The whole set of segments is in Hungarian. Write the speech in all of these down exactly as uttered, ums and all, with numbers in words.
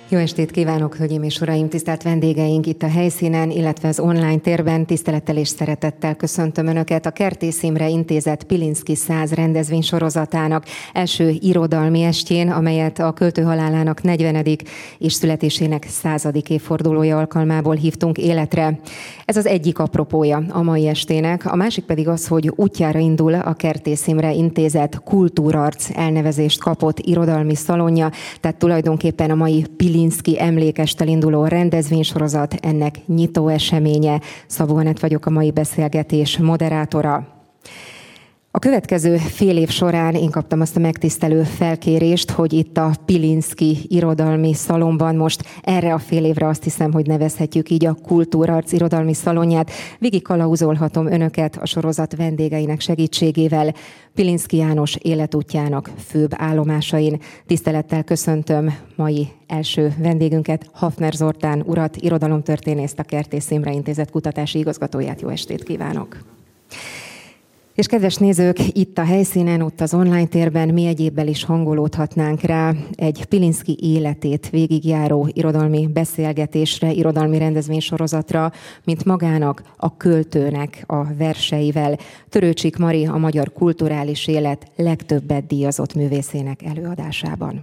Jó estét kívánok, hölgyeim és uraim, tisztelt vendégeink itt a helyszínen, illetve az online térben. Tisztelettel és szeretettel köszöntöm Önöket a Kertész Imre Intézet Pilinszky száz rendezvénysorozatának első irodalmi estjén, amelyet a költő halálának negyvenedik és születésének századik évfordulója alkalmából hívtunk életre. Ez az egyik apropója a mai estének, a másik pedig az, hogy útjára indul a Kertész Imre Intézet kultúrarc elnevezést kapott irodalmi szalonja, tehát tulajdonképpen a mai Pilinszky emlékesttel induló rendezvénysorozat ennek nyitó eseménye. Szabó Anett vagyok, a mai beszélgetés moderátora. A következő fél év során én kaptam azt a megtisztelő felkérést, hogy itt a Pilinszky irodalmi szalonban most erre a fél évre azt hiszem, hogy nevezhetjük így a Kultúrarc irodalmi szalonját. Végig kalauzolhatom Önöket a sorozat vendégeinek segítségével Pilinszky János életútjának főbb állomásain. Tisztelettel köszöntöm mai első vendégünket, Hafner Zoltán urat, irodalomtörténészt, a Kertész Imre Intézet kutatási igazgatóját. Jó estét kívánok! És kedves nézők, itt a helyszínen, ott az online térben mi egyébbel is hangolódhatnánk rá egy Pilinszky életét végigjáró irodalmi beszélgetésre, irodalmi rendezvénysorozatra, mint magának, a költőnek a verseivel. Törőcsik Mari a magyar kulturális élet legtöbbet díjazott művészének előadásában.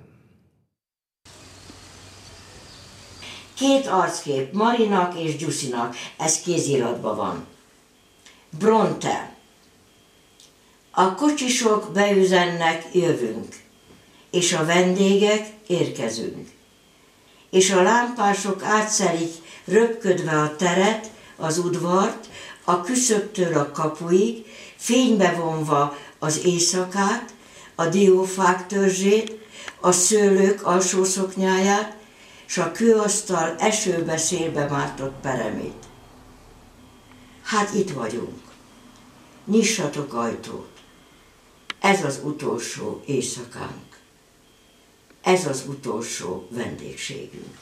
Két arckép, Marinak és Gyuszinak, ez kéziratban van. Bronte. A kocsisok beüzennek, jövünk, és a vendégek érkezünk. És a lámpások átszelik röpködve a teret, az udvart, a küszöbtől a kapuig, fénybe vonva az éjszakát, a diófák törzsét, a szőlők alsó szoknyáját, s a kőasztal esőbe szélbe mártott peremét. Hát itt vagyunk. Nyissatok ajtót. Ez az utolsó éjszakánk. Ez az utolsó vendégségünk.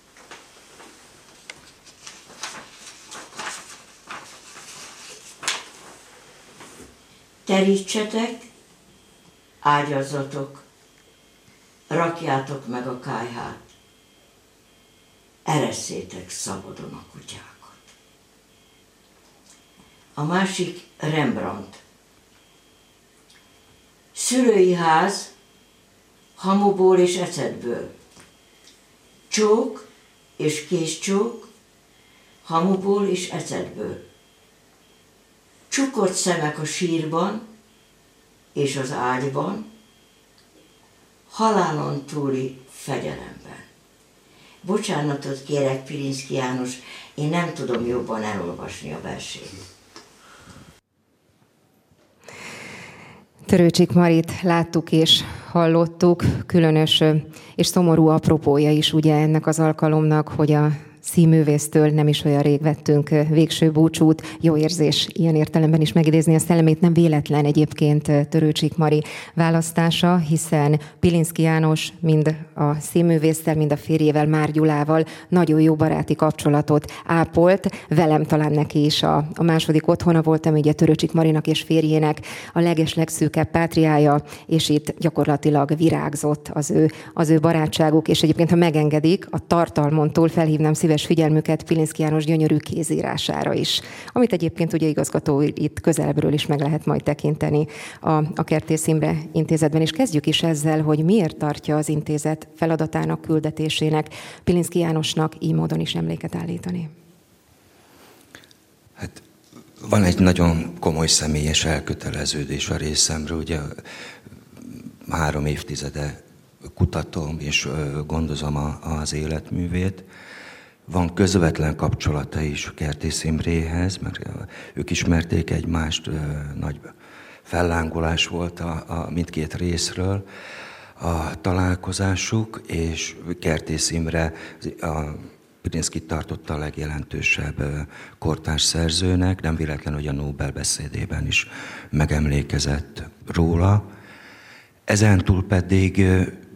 Terítsetek, ágyazzatok, rakjátok meg a kályhát, eresszétek szabadon a kutyákat. A másik Rembrandt. Szülői ház, hamuból és ecetből. Csók és kézcsók, hamuból és ecetből. Csukott szemek a sírban és az ágyban, halálon túli fegyelemben. Bocsánatot kérek, Pilinszky János, én nem tudom jobban elolvasni a versét. Törőcsik Marit láttuk és hallottuk, különös és szomorú apropója is ugye ennek az alkalomnak, hogy a színművésztől nem is olyan rég vettünk végső búcsút. Jó érzés ilyen értelemben is megidézni a szellemét. Nem véletlen egyébként Törőcsik Mari választása, hiszen Pilinszky János mind a színművésszel, mind a férjével, Már Gyulával nagyon jó baráti kapcsolatot ápolt. Velem talán neki is a, a második otthona voltam, ugye Törőcsik Marinak és férjének a leges-legszűkebb pátriája, és itt gyakorlatilag virágzott az ő, az ő barátságuk, és egyébként, ha megengedik, a tartalmon túl felhívnám szíves figyelmüket Pilinszky János gyönyörű kézírására is, amit egyébként ugye igazgató itt közelebbről is meg lehet majd tekinteni a, a Kertész Imre Intézetben. És kezdjük is ezzel, hogy miért tartja az intézet feladatának, küldetésének Pilinszky Jánosnak így módon is emléket állítani. Hát van egy nagyon komoly személyes elköteleződés a részemről, ugye három évtizede kutatom és gondozom a, az életművét. Van közvetlen kapcsolata is Kertész Imréhez, mert ők ismerték egymást, nagy fellángolás volt a, a mindkét részről a találkozásuk, és Kertész Imre a Pilinszkyt tartotta a legjelentősebb kortárs szerzőnek, nem véletlen, hogy a Nobel beszédében is megemlékezett róla. Ezentúl pedig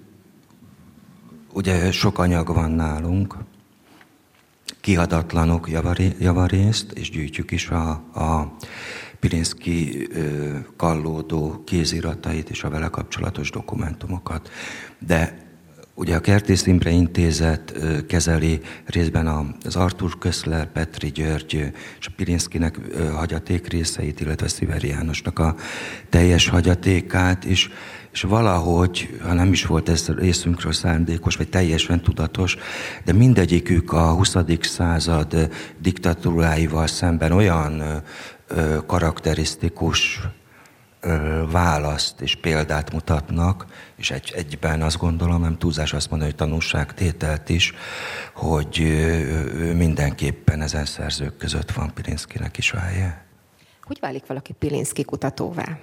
ugye sok anyag van nálunk, kiadatlanok javarészt, és gyűjtjük is a, a Pilinszky kallódó kéziratait és a vele kapcsolatos dokumentumokat. De Ugye a Kertész Imre Intézet kezeli részben az Arthur Koestler, Petri György és a Pilinszkinek hagyaték részeit, illetve Sziveri Jánosnak a teljes hagyatékát, és, és valahogy, ha nem is volt ez részünkről szándékos, vagy teljesen tudatos, de mindegyikük a huszadik század diktatúráival szemben olyan karakterisztikus választ és példát mutatnak, és egy, egyben azt gondolom, nem túlzás azt mondani, hogy tanúságtételt is, hogy mindenképpen ezen szerzők között van Pilinszkinek is a helye. Hogy válik valaki Pilinszki kutatóvá?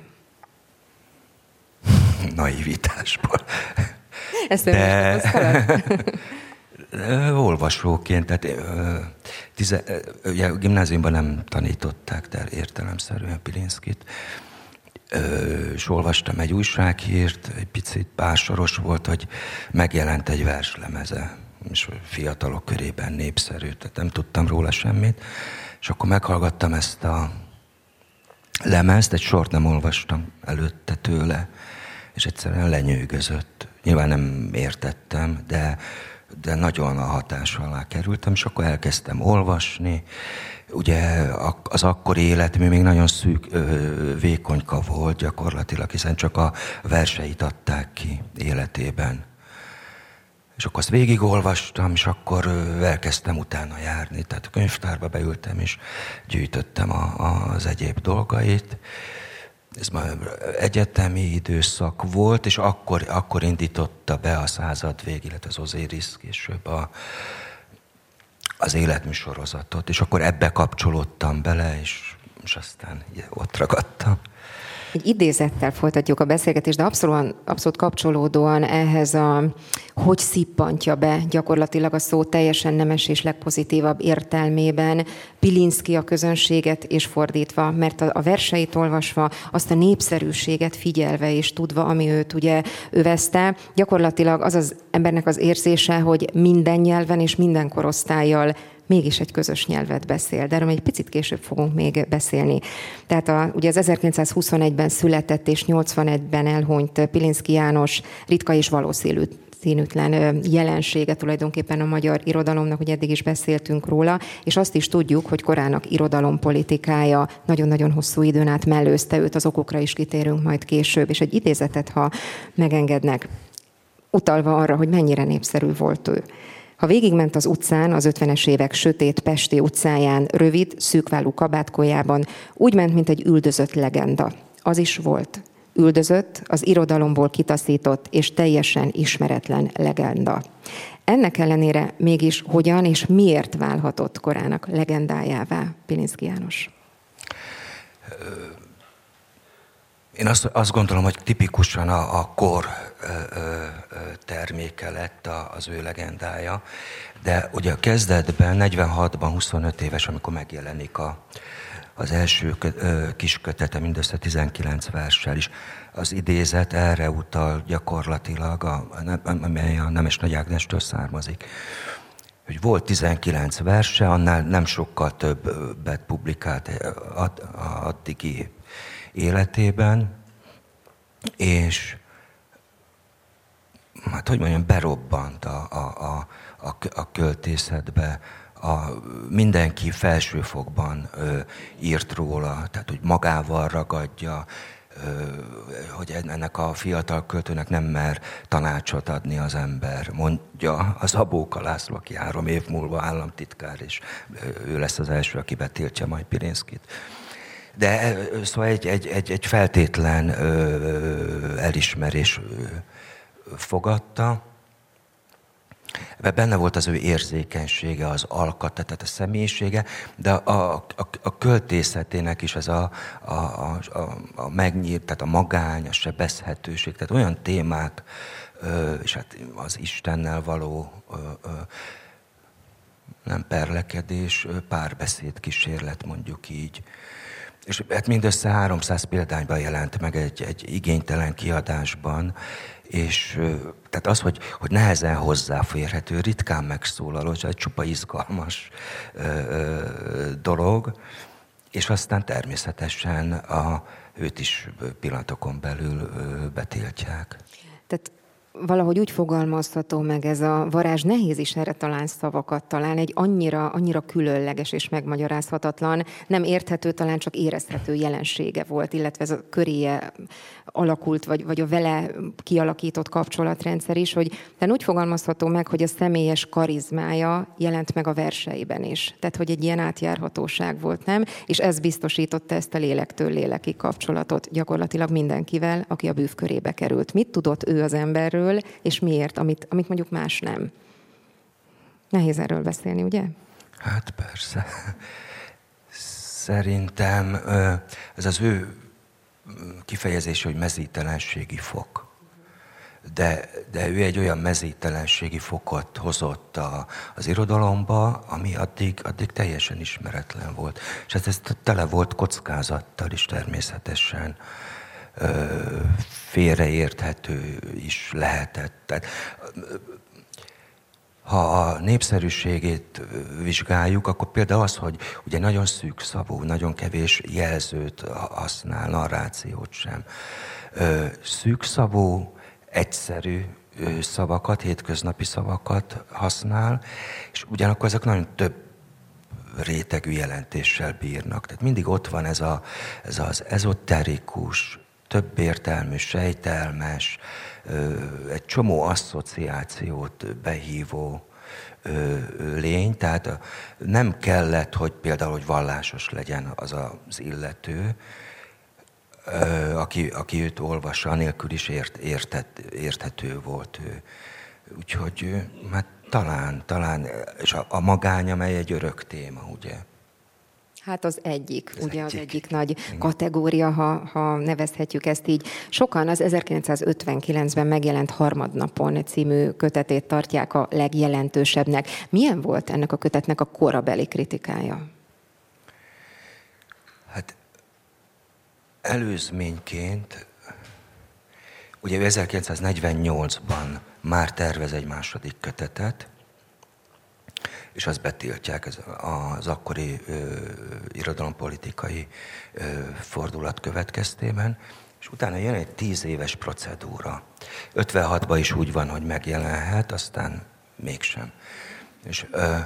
Naivitásból. Ezt De... olvasóként, tehát tize, ugye, a gimnáziumban nem tanították de értelemszerűen Pilinszkit, és olvastam egy újsághírt, egy picit pásoros volt, hogy megjelent egy verslemeze, és fiatalok körében népszerű, tehát nem tudtam róla semmit, és akkor meghallgattam ezt a lemezt, egy sort nem olvastam előtte tőle, és egyszerűen lenyűgözött. Nyilván nem értettem, de, de nagyon a hatás alá kerültem, és akkor elkezdtem olvasni. Ugye az akkori életmű még nagyon szűk, vékonyka volt gyakorlatilag, hiszen csak a verseit adták ki életében. És akkor azt végigolvastam, és akkor elkezdtem utána járni. Tehát a könyvtárba beültem, és gyűjtöttem a, az egyéb dolgait. Ez már egyetemi időszak volt, és akkor, akkor indította be a század vég, illetve az Ozérisz később a, az életmű sorozatot, és akkor ebbe kapcsolódtam bele, és, és aztán ott ragadtam. Egy idézettel folytatjuk a beszélgetést, de abszolút, abszolút kapcsolódóan ehhez a, hogy szippantja be gyakorlatilag a szó teljesen nemes és legpozitívabb értelmében Pilinszki a közönséget és fordítva, mert a, a verseit olvasva, azt a népszerűséget figyelve és tudva, ami őt ugye övezte, gyakorlatilag az az embernek az érzése, hogy minden nyelven és minden korosztállyal mégis egy közös nyelvet beszél, de erről egy picit később fogunk még beszélni. Tehát a, ugye az ezerkilencszázhuszonegyben született és nyolcvanegyben elhunyt Pilinszki János ritka és valószínűtlen jelensége tulajdonképpen a magyar irodalomnak, hogy eddig is beszéltünk róla, és azt is tudjuk, hogy korának irodalompolitikája nagyon-nagyon hosszú időn át mellőzte őt, az okokra is kitérünk majd később, és egy idézetet, ha megengednek, utalva arra, hogy mennyire népszerű volt ő. Ha végigment az utcán, az ötvenes évek sötét pesti utcáján, rövid, szűkvállú kabátkójában, úgy ment, mint egy üldözött legenda. Az is volt. Üldözött, az irodalomból kitaszított és teljesen ismeretlen legenda. Ennek ellenére mégis hogyan és miért válhatott korának legendájává Pilinszki János? Én azt, azt gondolom, hogy tipikusan a, a kor ö, ö, terméke lett a, az ő legendája, de ugye a kezdetben, negyvenhatban, huszonöt éves, amikor megjelenik a, az első ö, kis kötete, mindössze tizenkilenc verssel is, az idézet erre utal gyakorlatilag, a, amely a Nemes Nagy Ágnestől származik. Hogy volt tizenkilenc verse, annál nem sokkal többet publikált addigi életében, és hát hogy mondjam, berobbant a, a, a, a, a költészetbe, a, mindenki felsőfokban ö, írt róla, tehát hogy magával ragadja, ö, hogy ennek a fiatal költőnek nem mer tanácsot adni az ember. Mondja az Abóka László, aki három év múlva államtitkár, és ő lesz az első, aki betiltja majd Pilinszkit. De szóval egy, egy, egy, egy feltétlen ö, elismerés ö, fogadta. Ebben benne volt az ő érzékenysége, az alkata, tehát a személyisége, de a, a, a költészetének is ez a, a, a, a megnyírt, tehát a magány, a sebezhetőség, tehát olyan témák, ö, és hát az Istennel való ö, ö, nem perlekedés, párbeszéd kísérlet, mondjuk így. És hát mindössze háromszáz példányban jelent meg egy, egy igénytelen kiadásban, és tehát az, hogy, hogy nehezen hozzáférhető, ritkán megszólaló, egy csupa izgalmas ö, ö, dolog, és aztán természetesen a, őt is pillanatokon belül ö, betiltják. Tehát Valahogy úgy fogalmazható meg ez a varázs, nehéz is erre talán szavakat találni, egy annyira, annyira különleges és megmagyarázhatatlan, nem érthető, talán csak érezhető jelensége volt, illetve ez a köréje alakult, vagy, vagy a vele kialakított kapcsolatrendszer is, hogy de úgy fogalmazható meg, hogy a személyes karizmája jelent meg a verseiben is. Tehát, hogy egy ilyen átjárhatóság volt, nem? És ez biztosította ezt a lélektől lélekig kapcsolatot gyakorlatilag mindenkivel, aki a bűvkörébe került. Mit tudott ő az emberről, és miért, amit, amit mondjuk más nem? Nehéz erről beszélni, ugye? Hát persze. Szerintem ez az ő kifejezése, hogy mezítelenségi fok. De, de ő egy olyan mezítelenségi fokot hozott a, az irodalomba, ami addig, addig teljesen ismeretlen volt. És ez, ez tele volt kockázattal is természetesen. Félreérthető is lehetett. Tehát, ha a népszerűségét vizsgáljuk, akkor például az, hogy ugye nagyon szűkszavú, nagyon kevés jelzőt használ, narrációt sem. Szűkszavú, egyszerű szavakat, hétköznapi szavakat használ, és ugyanakkor ezek nagyon több rétegű jelentéssel bírnak. Tehát mindig ott van ez, a, ez az ezoterikus, több értelmű, sejtelmes, egy csomó asszociációt behívó lény, tehát nem kellett, hogy például, hogy vallásos legyen az az illető, aki, aki őt olvassa, anélkül is ért, érthet, érthető volt ő. Úgyhogy hát talán, talán, és a, a magány, amely egy örök téma, ugye? Hát az egyik, az ugye egyik. az egyik nagy kategória, ha, ha nevezhetjük ezt így. Sokan az ezerkilencszázötvenkilencben megjelent Harmadnapon című kötetét tartják a legjelentősebbnek. Milyen volt ennek a kötetnek a korabeli kritikája? Hát előzményként, ugye ezerkilencszáznegyvennyolcban már tervez egy második kötetet, és azt betiltják az, az akkori ö, irodalompolitikai ö, fordulat következtében, és utána jön egy tíz éves procedúra. ötvenhatban is úgy van, hogy megjelenhet, aztán mégsem. És ö,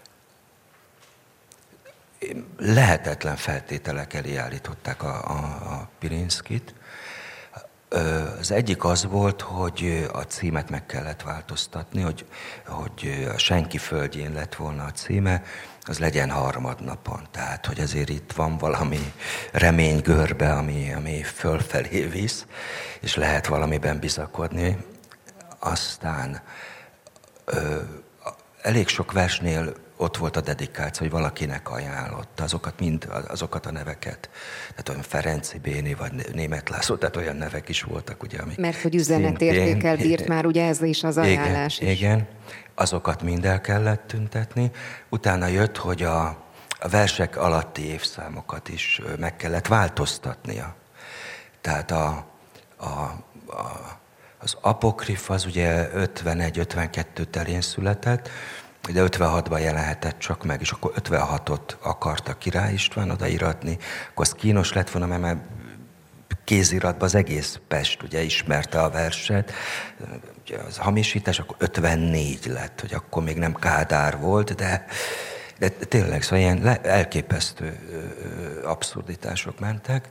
lehetetlen feltételek elé állították a, a, a Pilinszkit. Az egyik az volt, hogy a címet meg kellett változtatni, hogy, hogy a Senki földjén lett volna a címe, az legyen Harmadnapon. Tehát, hogy azért itt van valami reménygörbe, ami, ami fölfelé visz, és lehet valamiben bizakodni. Aztán ö, elég sok versnél ott volt a dedikáció, hogy valakinek ajánlotta azokat, mind, azokat a neveket. Tehát olyan Ferenci Béni, vagy Németh László, tehát olyan nevek is voltak, ugye, amik mert hogy üzenetértékkel bírt már, ugye ez is az ajánlás igen, is. Igen, azokat mind el kellett tüntetni. Utána jött, hogy a, a versek alatti évszámokat is meg kellett változtatnia. Tehát a, a, a, az apokrif az ugye ötvenegy ötvenkettő terén született, de ötvenhatban jelenhetett csak meg, és akkor ötvenhatot akarta Király István odaíratni, akkor az kínos lett volna, mert kéziratban az egész Pest ugye ismerte a verset, ugye az hamisítás, akkor ötvennégy lett, hogy akkor még nem Kádár volt, de, de tényleg, szóval ilyen elképesztő abszurditások mentek,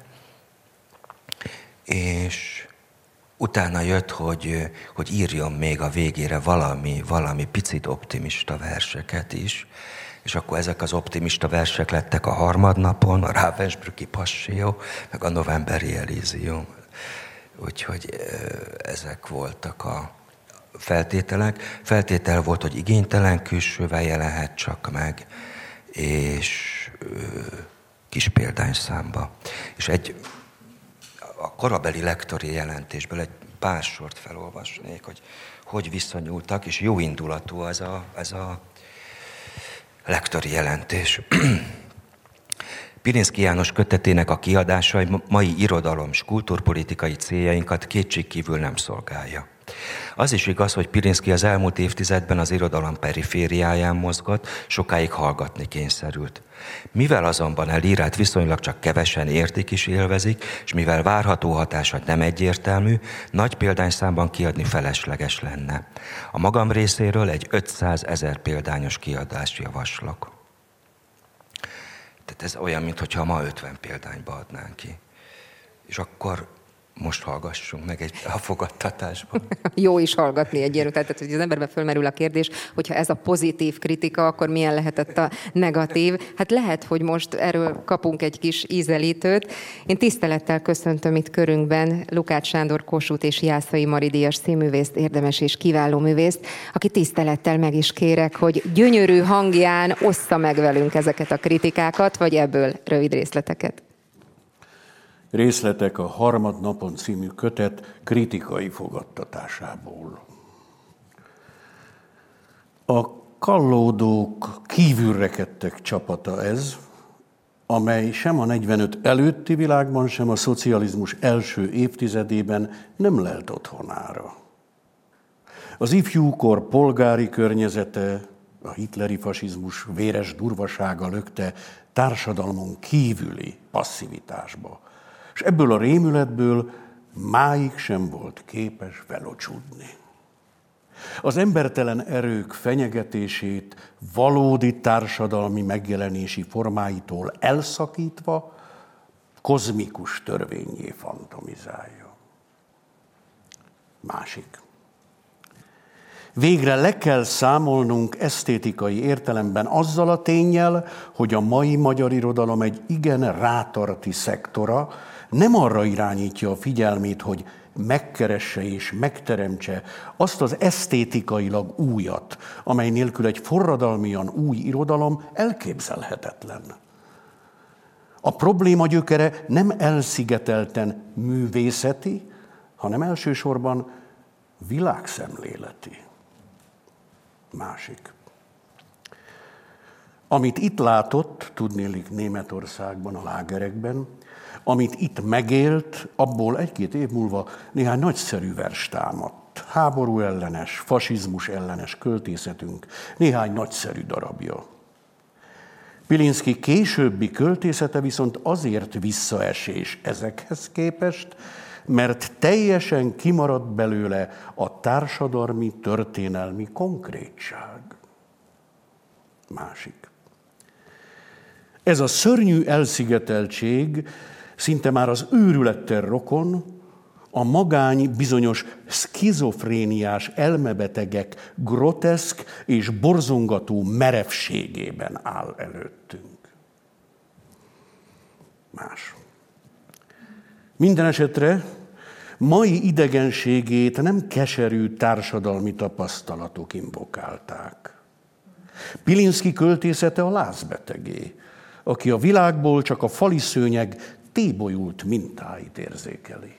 és utána jött, hogy, hogy írjon még a végére valami, valami picit optimista verseket is, és akkor ezek az optimista versek lettek a Harmadnapon, a Ravensbrücki Passió, meg a Novemberi Elízium. Úgyhogy ezek voltak a feltételek. Feltétel volt, hogy igénytelen külsővel jelenhet csak meg, és kis példányszámba. És egy a korabeli lektori jelentésből egy pár sort felolvasnék, hogy hogy viszonyultak, és jó indulatú ez a, ez a lektori jelentés. Pilinszky János kötetének a kiadása a mai irodalom és kultúrpolitikai céljainkat kétségkívül nem szolgálja. Az is igaz, hogy Pilinszky az elmúlt évtizedben az irodalom perifériáján mozgott, sokáig hallgatni kényszerült. Mivel azonban a lírát viszonylag csak kevesen értik és élvezik, és mivel várható hatása nem egyértelmű, nagy példányszámban kiadni felesleges lenne. A magam részéről egy ötszázezer példányos kiadást javaslok. Tehát ez olyan, mintha ma ötven példányba adnánk ki. És akkor most hallgassunk meg egy a fogadtatásban. Jó is hallgatni egy ilyen, tehát hogy az emberben fölmerül a kérdés, hogyha ez a pozitív kritika, akkor milyen lehetett a negatív. Hát lehet, hogy most erről kapunk egy kis ízelítőt. Én tisztelettel köszöntöm itt körünkben Lukács Sándor Kossuth és Jászai Mari díjas színművészt, érdemes és kiváló művészt, aki tisztelettel meg is kérek, hogy gyönyörű hangján ossza meg velünk ezeket a kritikákat, vagy ebből rövid részleteket. Részletek a Harmadnapon című kötet kritikai fogadtatásából. A kallódók kívülrekedtek csapata ez, amely sem a negyvenöt előtti világban, sem a szocializmus első évtizedében nem lelt otthonára. Az ifjúkor polgári környezete, a hitleri fasizmus véres durvasága lökte társadalmon kívüli passzivitásba, és ebből a rémületből máig sem volt képes felocsúdni. Az embertelen erők fenyegetését valódi társadalmi megjelenési formáitól elszakítva kozmikus törvényé fantomizálja. Másik. Végre le kell számolnunk esztétikai értelemben azzal a ténnyel, hogy a mai magyar irodalom egy igen rátarti szektora nem arra irányítja a figyelmét, hogy megkeresse és megteremtse azt az esztétikailag újat, amely nélkül egy forradalmian új irodalom elképzelhetetlen. A probléma gyökere nem elszigetelten művészeti, hanem elsősorban világszemléleti. Másik. Amit itt látott, tudnélik Németországban, a lágerekben, amit itt megélt, abból egy-két év múlva néhány nagyszerű vers támadt. Háború ellenes, fasizmus ellenes költészetünk néhány nagyszerű darabja. Pilinszky későbbi költészete viszont azért visszaesés ezekhez képest, mert teljesen kimaradt belőle a társadalmi, történelmi konkrétság. Másik. Ez a szörnyű elszigeteltség szinte már az őrülettel rokon, a magány bizonyos szkizofréniás elmebetegek groteszk és borzongató merevségében áll előttünk. Más. Minden esetre mai idegenségét nem keserű társadalmi tapasztalatok invokálták. Pilinszky költészete a lázbetegé, aki a világból csak a fali szőnyeg tébolyult mintáit érzékeli.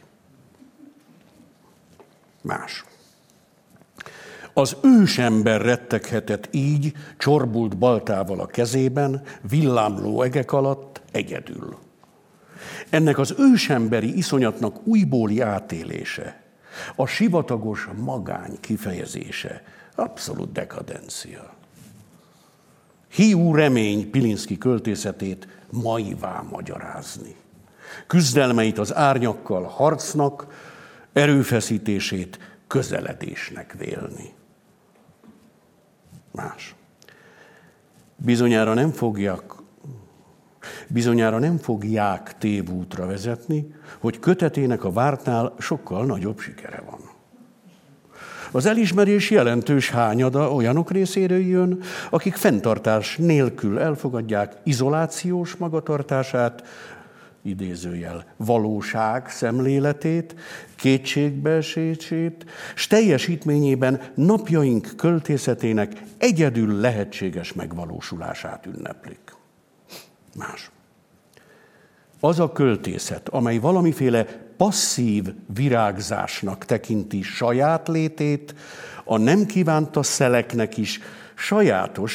Más. Az ősember retteghetett így, csorbult baltával a kezében, villámló egek alatt egyedül. Ennek az ősemberi iszonyatnak újbóli átélése, a sivatagos magány kifejezése, abszolút dekadencia. Hiú remény Pilinszky költészetét maivá magyarázni. Küzdelmeit az árnyakkal harcnak, erőfeszítését közeledésnek vélni. Más. Bizonyára nem fogják, bizonyára nem fogják tévútra vezetni, hogy kötetének a vártnál sokkal nagyobb sikere van. Az elismerés jelentős hányada olyanok részéről jön, akik fenntartás nélkül elfogadják izolációs magatartását, idézőjel valóság szemléletét, kétségbeesését, s teljesítményében napjaink költészetének egyedül lehetséges megvalósulását ünneplik. Más. Az a költészet, amely valamiféle passzív virágzásnak tekinti saját létét, a nem kívánta szeleknek is sajátos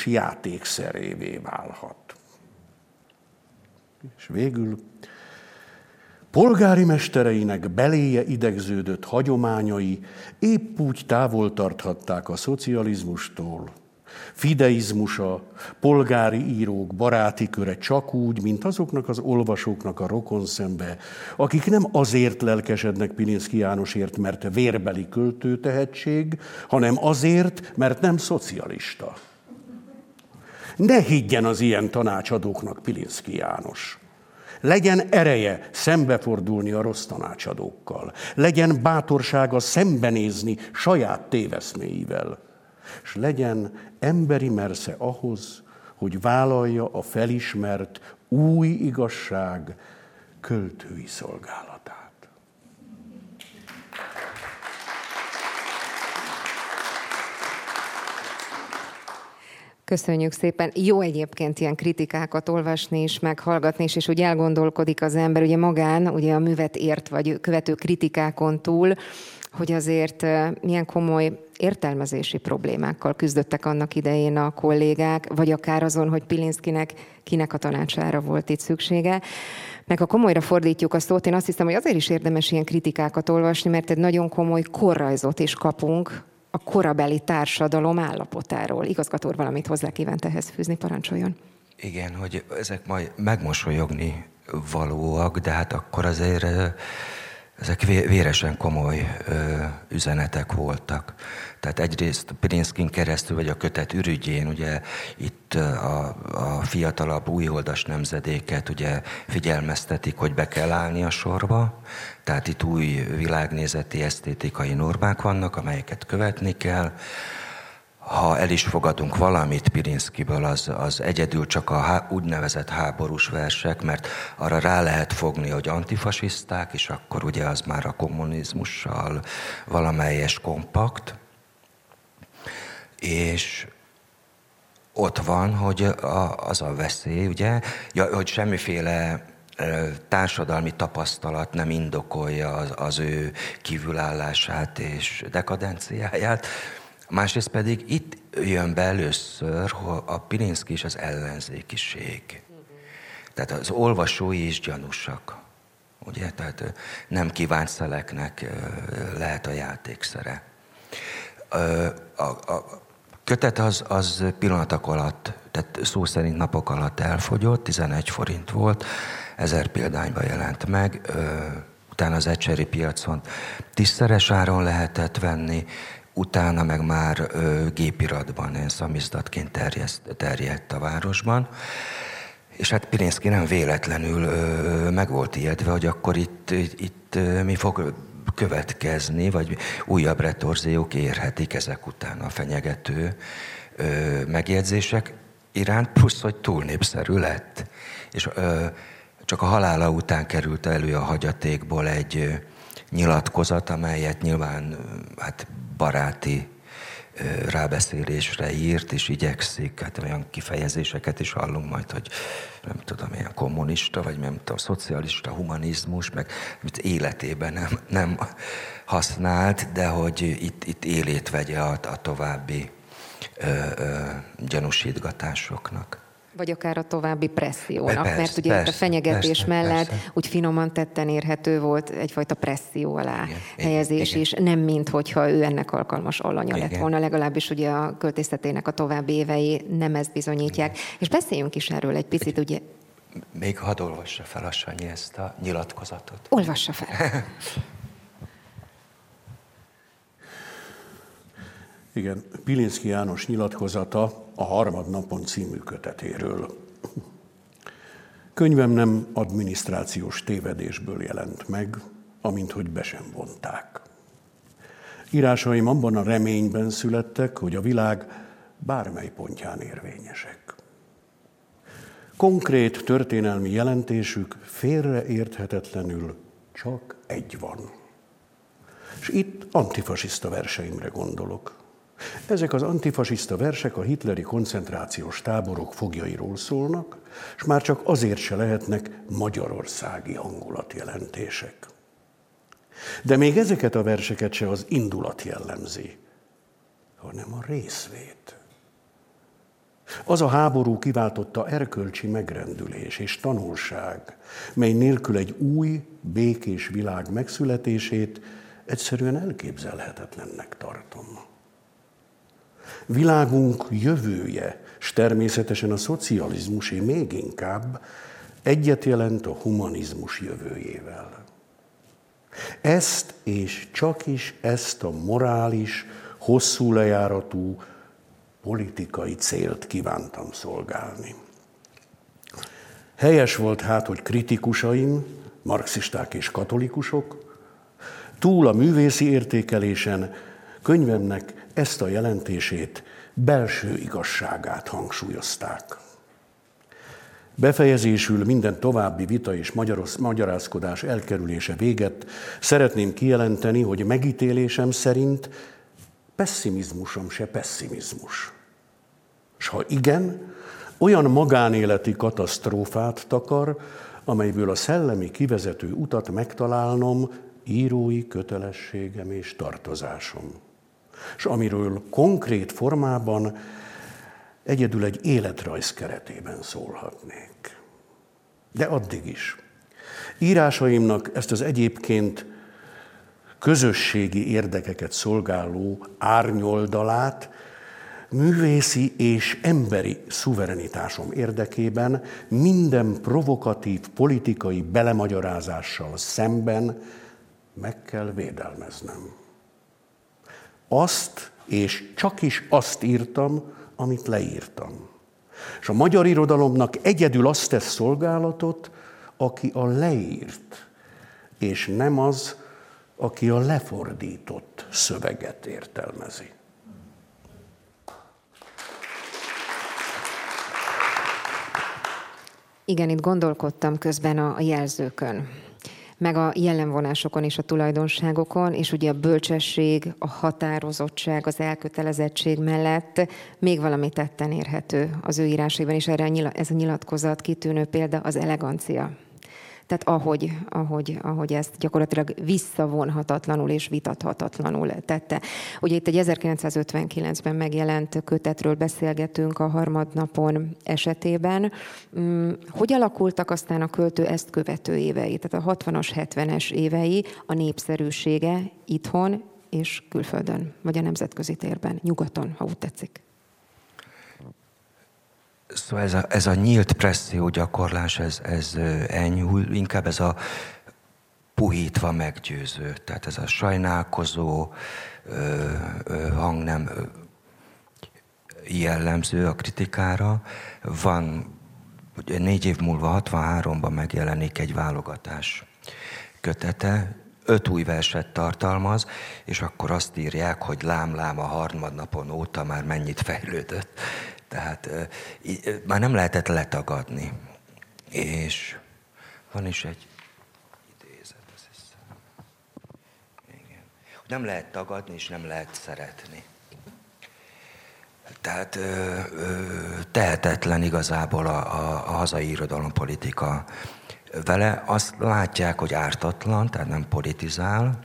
játékszerévé válhat. És végül Polgári mestereinek beléje idegződött hagyományai épp úgy távol tarthatták a szocializmustól. Fideizmusa, polgári írók baráti köre csak úgy, mint azoknak az olvasóknak a rokonszembe, akik nem azért lelkesednek Pilinszky Jánosért, mert vérbeli költő tehetség, hanem azért, mert nem szocialista. Ne higgyen az ilyen tanácsadóknak Pilinszky János. Legyen ereje szembefordulni a rossz tanácsadókkal. Legyen bátorsága szembenézni saját téveszméivel. És legyen emberi mersze ahhoz, hogy vállalja a felismert új igazság költői szolgálatát. Köszönjük szépen. Jó egyébként ilyen kritikákat olvasni is, meghallgatni is, és úgy elgondolkodik az ember, ugye magán, ugye a művet ért, vagy követő kritikákon túl, hogy azért milyen komoly értelmezési problémákkal küzdöttek annak idején a kollégák, vagy akár azon, hogy Pilinszkynek kinek a tanácsára volt itt szüksége. Meg ha komolyra fordítjuk a szót, én azt hiszem, hogy azért is érdemes ilyen kritikákat olvasni, mert egy nagyon komoly korrajzot is kapunk a korabeli társadalom állapotáról. Igazgató úr, valamit hozzá kívánt ehhez fűzni, parancsoljon. Igen, hogy ezek majd megmosolyogni valóak, de hát akkor azért ezek véresen komoly üzenetek voltak. Tehát egyrészt Pilinszkyn keresztül, vagy a kötet ürügyén, ugye itt a, a fiatalabb újholdas nemzedéket ugye figyelmeztetik, hogy be kell állni a sorba. Tehát itt új világnézeti, esztétikai normák vannak, amelyeket követni kell. Ha el is fogadunk valamit Pilinszkyből, az, az egyedül csak a há, úgynevezett háborús versek, mert arra rá lehet fogni, hogy antifasiszták, és akkor ugye az már a kommunizmussal valamelyes kompakt. És ott van, hogy a, az a veszély, ugye, ja, hogy semmiféle társadalmi tapasztalat nem indokolja az, az ő kívülállását és dekadenciáját. Másrészt pedig itt jön be először a Pilinszky és az ellenzékiség. Tehát az olvasói is gyanúsak. Ugye? Tehát nem kívánt szeleknek lehet a játékszere. A, a kötet az, az pillanatok alatt, tehát szó szerint napok alatt elfogyott, tizenegy forint volt, ezer példányban jelent meg, utána az ecseri piacon tízszeres áron lehetett venni, utána meg már ö, gépiratban, ilyen szamizdatként terjedt, terjedt a városban. És hát Pilinszky nem véletlenül ö, meg volt ijedve, hogy akkor itt, itt, itt ö, mi fog következni, vagy újabb retorziók érhetik ezek után a fenyegető ö, megjegyzések iránt, plusz, hogy túl népszerű lett. És ö, csak a halála után került elő a hagyatékból egy ö, nyilatkozat, amelyet nyilván hát baráti rábeszélésre írt, és igyekszik, hát olyan kifejezéseket is hallunk majd, hogy nem tudom, ilyen kommunista, vagy nem tudom, szocialista humanizmus, meg amit életében nem, nem használt, de hogy itt, itt élét vegye a, a további ö, ö, gyanúsítgatásoknak. Vagy akár a további pressziónak, persze, mert ugye persze, itt a fenyegetés persze, mellett persze. úgy finoman tetten érhető volt egyfajta presszió alá igen, helyezés igen, is, nem mint hogyha ő ennek alkalmas alanya igen. lett volna, legalábbis ugye a költészetének a további évei nem ezt bizonyítják. Igen. És beszéljünk is erről egy picit, ugye... Még hadd olvassa fel a Sanyi ezt a nyilatkozatot. Olvassa fel. Igen, Pilinszky János nyilatkozata a Harmadnapon című kötetéről. Könyvem nem adminisztrációs tévedésből jelent meg, amint hogy be sem vonták. Írásaim abban a reményben születtek, hogy a világ bármely pontján érvényesek. Konkrét történelmi jelentésük félreérthetetlenül csak egy van. És itt antifasiszta verseimre gondolok. Ezek az antifasiszta versek a hitleri koncentrációs táborok foglyairól szólnak, és már csak azért se lehetnek magyarországi hangulatjelentések. De még ezeket a verseket se az indulat jellemzi, hanem a részvét. Az a háború kiváltotta erkölcsi megrendülés és tanulság, mely nélkül egy új, békés világ megszületését egyszerűen elképzelhetetlennek tartom. Világunk jövője, s természetesen a szocializmusé még inkább, egyet jelent a humanizmus jövőjével. Ezt és csak is ezt a morális, hosszú lejáratú politikai célt kívántam szolgálni. Helyes volt hát, hogy kritikusaim, marxisták és katolikusok, túl a művészi értékelésen könyvemnek ezt a jelentését, belső igazságát hangsúlyozták. Befejezésül minden további vita és magyarázkodás elkerülése véget szeretném kijelenteni, hogy megítélésem szerint pesszimizmusom se pesszimizmus. S ha igen, olyan magánéleti katasztrófát takar, amelyből a szellemi kivezető utat megtalálnom írói kötelességem és tartozásom. És amiről konkrét formában egyedül egy életrajz keretében szólhatnék. De addig is. Írásaimnak ezt az egyébként közösségi érdekeket szolgáló árnyoldalát művészi és emberi szuverenitásom érdekében minden provokatív politikai belemagyarázással szemben meg kell védelmeznem. Azt és csak is azt írtam, amit leírtam. És a magyar irodalomnak egyedül azt tesz szolgálatot, aki a leírt, és nem az, aki a lefordított szöveget értelmezi. Igen, itt gondolkodtam közben a jelzőkön, meg a jellemvonásokon és a tulajdonságokon, és ugye a bölcsesség, a határozottság, az elkötelezettség mellett még valami tetten érhető az ő írásaiban, és erre a nyila, ez a nyilatkozat kitűnő példa az elegancia. Tehát ahogy, ahogy, ahogy ezt gyakorlatilag visszavonhatatlanul és vitathatatlanul tette. Ugye itt egy ezerkilencszázötvenkilencben megjelent kötetről beszélgetünk a harmadnapon esetében. Hogy alakultak aztán a költő ezt követő évei, tehát a hatvanas, hetvenes évei, a népszerűsége itthon és külföldön, vagy a nemzetközi térben, nyugaton, ha úgy tetszik? Szóval ez a, ez a nyílt presszió gyakorlás, ez, ez enyhül, inkább ez a puhítva meggyőző, tehát ez a sajnálkozó ö, ö, hang nem ö, jellemző a kritikára. Van, ugye négy év múlva, hatvanháromban megjelenik egy válogatás kötete, öt új verset tartalmaz, és akkor azt írják, hogy lám-lám a harmadnapon óta már mennyit fejlődött. Tehát már nem lehetett letagadni. És van is egy idézet, azt hiszem. Igen. Nem lehet tagadni, és nem lehet szeretni. Tehát ö, ö, tehetetlen igazából a, a, a hazai irodalompolitika vele. Azt látják, hogy ártatlan, tehát nem politizál.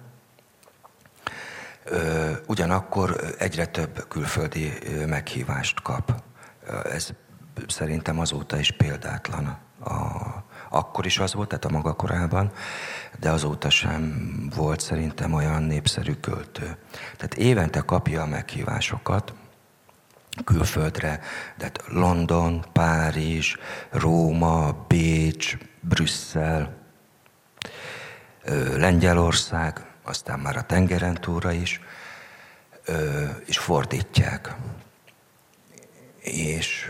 Ö, ugyanakkor egyre több külföldi meghívást kap. Ez szerintem azóta is példátlan. A, akkor is az volt, tehát a maga korában, de azóta sem volt szerintem olyan népszerű költő. Tehát évente kapja a meghívásokat külföldre, de London, Párizs, Róma, Bécs, Brüsszel, Lengyelország, aztán már a tengeren túlra is, és fordítják. És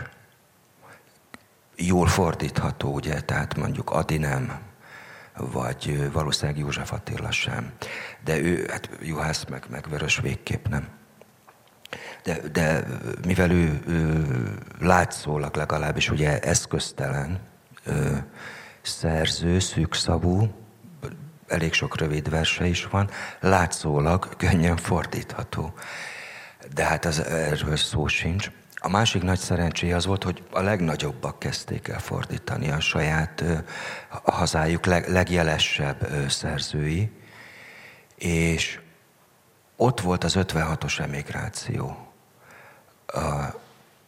jól fordítható, ugye, tehát mondjuk Ady nem, vagy valószínűleg József Attila sem. De ő, hát Juhász meg, meg Vörös végképp nem. De, de mivel ő, ő látszólag legalábbis ugye eszköztelen ő, szerző, szűkszavú, elég sok rövid verse is van, látszólag könnyen fordítható. De hát az, erről szó sincs. A másik nagy szerencséje az volt, hogy a legnagyobbak kezdték el fordítani a saját ö, a hazájuk leg, legjelesebb ö, szerzői, és ott volt az ötvenhatos emigráció. A,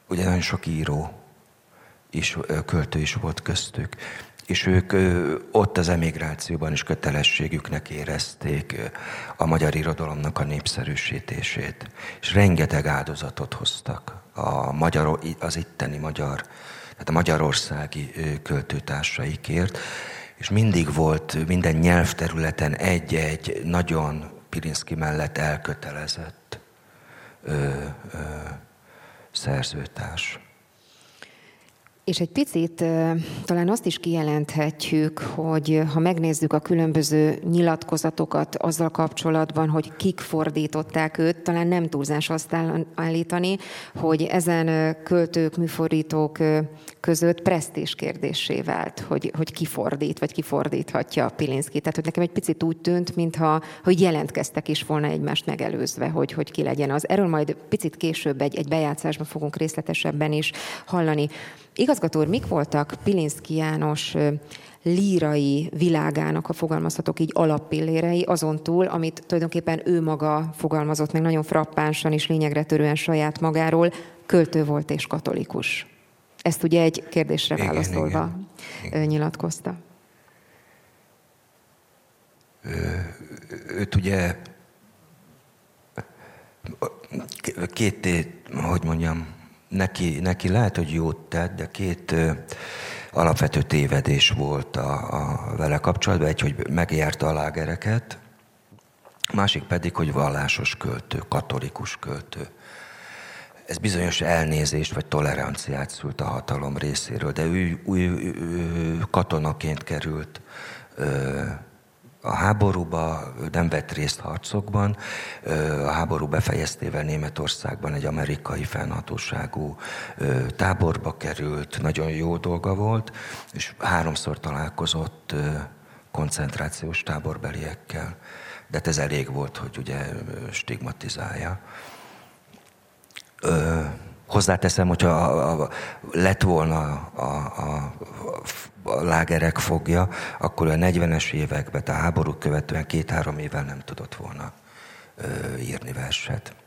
ugye nagyon sok író is, költő is volt köztük, és ők ott az emigrációban is kötelességüknek érezték a magyar irodalomnak a népszerűsítését, és rengeteg áldozatot hoztak a magyar, az itteni magyar, tehát a magyarországi költőtársaikért, és mindig volt minden nyelvterületen egy-egy nagyon Pilinszky mellett elkötelezett ö, ö, szerzőtárs. És egy picit talán azt is kijelenthetjük, hogy ha megnézzük a különböző nyilatkozatokat azzal kapcsolatban, hogy kik fordították őt, talán nem túlzás azt állítani, hogy ezen költők, műfordítók között presztízs kérdéssé vált, hogy, hogy ki fordít, vagy ki fordíthatja Pilinszkyt. Tehát, hogy nekem egy picit úgy tűnt, mintha hogy jelentkeztek is volna egymást megelőzve, hogy, hogy ki legyen az. Erről majd picit később egy, egy bejátszásban fogunk részletesebben is hallani. Igazgató úr, mik voltak Pilinszky János lírai világának, ha fogalmazhatok így, alappillérei, azon túl, amit tulajdonképpen ő maga fogalmazott meg nagyon frappánsan és lényegre törően saját magáról, költő volt és katolikus. Ezt ugye egy kérdésre igen, válaszolva igen, igen. nyilatkozta. Ő, őt ugye két, hogy mondjam, Neki, neki lehet, hogy jót tett, de két ö, alapvető tévedés volt a, a vele kapcsolatban. Egy, hogy megjárta a lágereket, másik pedig, hogy vallásos költő, katolikus költő. Ez bizonyos elnézést vagy toleranciát szült a hatalom részéről, de ő, ő, ő katonaként került ö, a háborúba, nem vett részt harcokban. A háború befejeztével Németországban egy amerikai fennhatóságú táborba került, nagyon jó dolga volt, és háromszor találkozott koncentrációs táborbeliekkel. De ez elég volt, hogy ugye stigmatizálja. Hozzáteszem, hogyha a, a, lett volna a, a, a lágerek fogja, akkor a negyvenes években, a háború követően két-három évvel nem tudott volna ö, írni verset.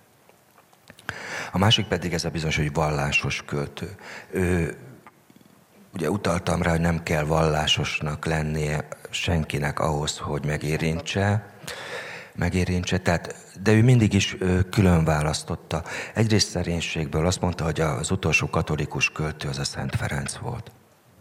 A másik pedig ez a bizonyos, hogy vallásos költő. Ő, ugye utaltam rá, hogy nem kell vallásosnak lennie senkinek ahhoz, hogy megérintse, megérintse, tehát, de ő mindig is ö, külön választotta. Egyrészt szerénységből azt mondta, hogy az utolsó katolikus költő az a Szent Ferenc volt.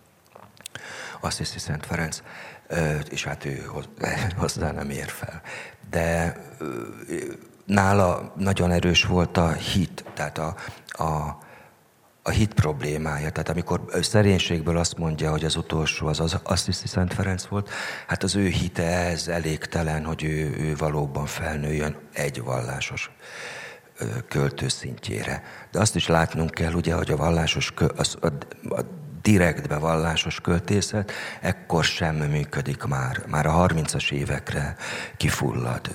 Azt hiszi Szent Ferenc, ö, és hát ő hozzá nem ér fel. De ö, nála nagyon erős volt a hit, tehát a, a, a hit problémája. Tehát amikor szerénységből azt mondja, hogy az utolsó az, az azt hiszi Szent Ferenc volt, hát az ő hite ez elégtelen, hogy ő, ő valóban felnőjön egy vallásos költő szintjére. De azt is látnunk kell, ugye, hogy a vallásos, az, a, a direktbe vallásos költészet ekkor sem működik már. Már a harmincas évekre kifullad.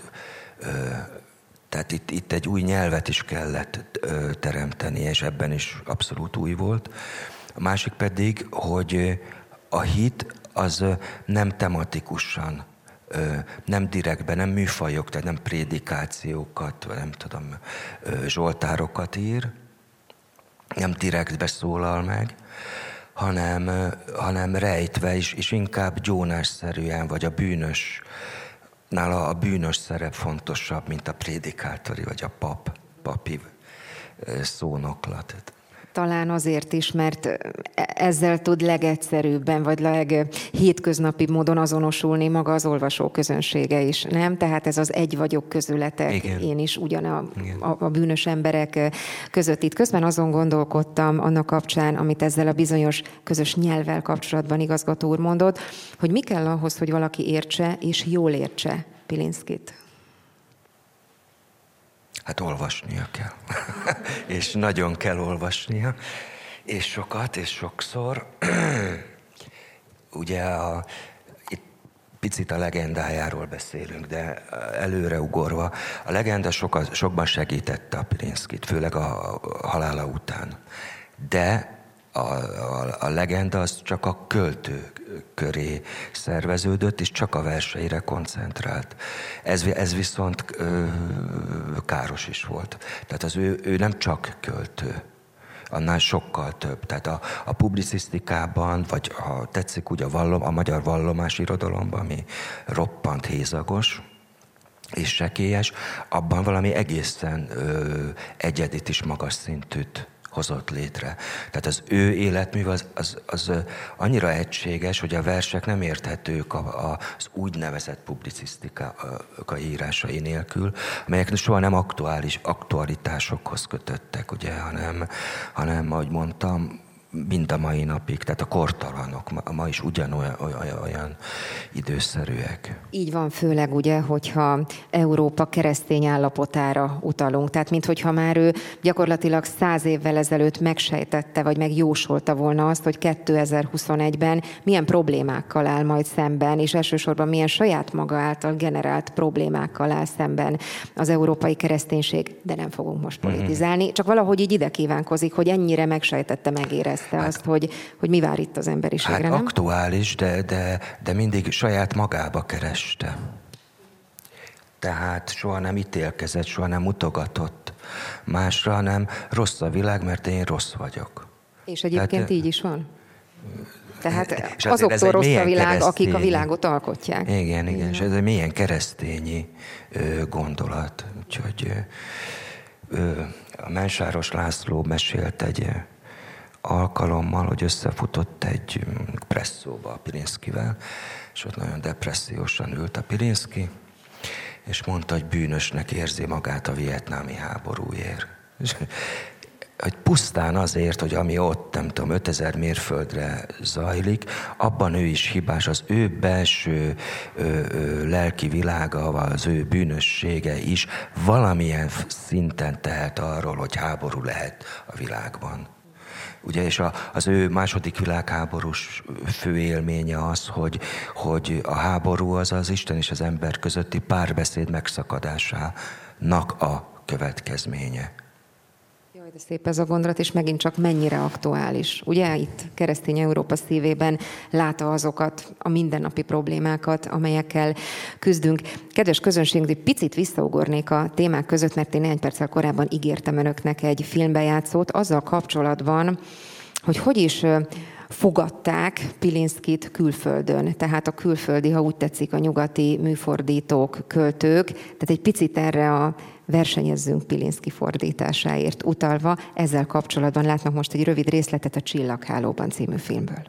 Tehát itt, itt egy új nyelvet is kellett ö, teremteni, és ebben is abszolút új volt. A másik pedig, hogy a hit az nem tematikusan, ö, nem direktben, nem műfajok, tehát nem prédikációkat, vagy nem tudom, ö, zsoltárokat ír, nem direktbe szólal meg, hanem, ö, hanem rejtve is, és inkább gyónásszerűen, vagy a bűnös, nála a bűnös szerep fontosabb, mint a prédikátori vagy a pap, papi szónoklat. Talán azért is, mert ezzel tud legegyszerűbben, vagy leghétköznapibb módon azonosulni maga az olvasó közönsége is, nem? Tehát ez az egy vagyok közületek, igen. Én is ugyan a, a, a bűnös emberek között. Itt közben azon gondolkodtam annak kapcsán, amit ezzel a bizonyos közös nyelvvel kapcsolatban igazgató úr mondott, hogy mi kell ahhoz, hogy valaki értse és jól értse Pilinszkyt. Hát olvasnia kell. És nagyon kell olvasnia. És sokat, és sokszor. Ugye a, itt picit a legendájáról beszélünk, de előre ugorva. A legenda sokat, sokban segítette a Pilinszkyt, főleg a, a halála után. De a, a, a legenda az csak a költő köré szerveződött, és csak a verseire koncentrált. Ez, ez viszont ö, káros is volt. Tehát az ő, ő nem csak költő. annál sokkal több. Tehát a, a publicisztikában, vagy ha tetszik úgy a, vallom, a magyar vallomási irodalomban, ami roppant hézagos és sekélyes, abban valami egészen ö, egyedit is magas szintűt hozott létre. Tehát az ő életmű az, az, az annyira egységes, hogy a versek nem érthetők az úgynevezett publicisztika írásai nélkül, amelyek soha nem aktuális aktualitásokhoz kötöttek, ugye, hanem, hanem, ahogy mondtam, mind a mai napig, tehát a kortalanok ma is ugyanolyan olyan, olyan időszerűek. Így van, főleg ugye, hogyha Európa keresztény állapotára utalunk. Tehát minthogyha már ő gyakorlatilag száz évvel ezelőtt megsejtette, vagy megjósolta volna azt, hogy kétezer-huszonegyben milyen problémákkal áll majd szemben, és elsősorban milyen saját maga által generált problémákkal áll szemben az európai kereszténység, de nem fogunk most politizálni. Mm-hmm. Csak valahogy így ide kívánkozik, hogy ennyire megsejtette, megérezte hát, azt, hogy, hogy mi vár itt az emberiségre, hát nem? Aktuális, de, de, de mindig saját magába kereste. Tehát soha nem ítélkezett, soha nem mutogatott másra, hanem rossz a világ, mert én rossz vagyok. És egyébként Tehát, így is van? Tehát és azoktól rossz a világ, akik a világot alkotják. Igen, igen, igen. És ez egy milyen keresztényi ö, gondolat. Úgyhogy ö, a Mensáros László mesélt egy alkalommal, hogy összefutott egy presszóba a Pilinszkivel, és ott nagyon depressziósan ült a Pilinszki, és mondta, hogy bűnösnek érzi magát a vietnámi háborúért. Hogy pusztán azért, hogy ami ott, nem tudom, ötezer mérföldre zajlik, abban ő is hibás, az ő belső ö, ö, lelki világa, az ő bűnössége is valamilyen szinten tehet arról, hogy háború lehet a világban. Ugye, és a, az ő második világháborús fő élménye az, hogy, hogy a háború az az Isten és az ember közötti párbeszéd megszakadásának a következménye. Jaj, de szép ez a gondolat, és megint csak mennyire aktuális. Ugye itt keresztény Európa szívében látta azokat a mindennapi problémákat, amelyekkel küzdünk. Kedves közönség, egy picit visszaugornék a témák között, mert én néhány perccel korábban ígértem önöknek egy filmbejátszót azzal kapcsolatban, hogy hogy is fogadták Pilinszkit külföldön, tehát a külföldi, ha úgy tetszik, a nyugati műfordítók, költők, tehát egy picit erre a versenyezzünk Pilinszki fordításáért utalva, ezzel kapcsolatban látnak most egy rövid részletet a Csillaghálóban című filmből.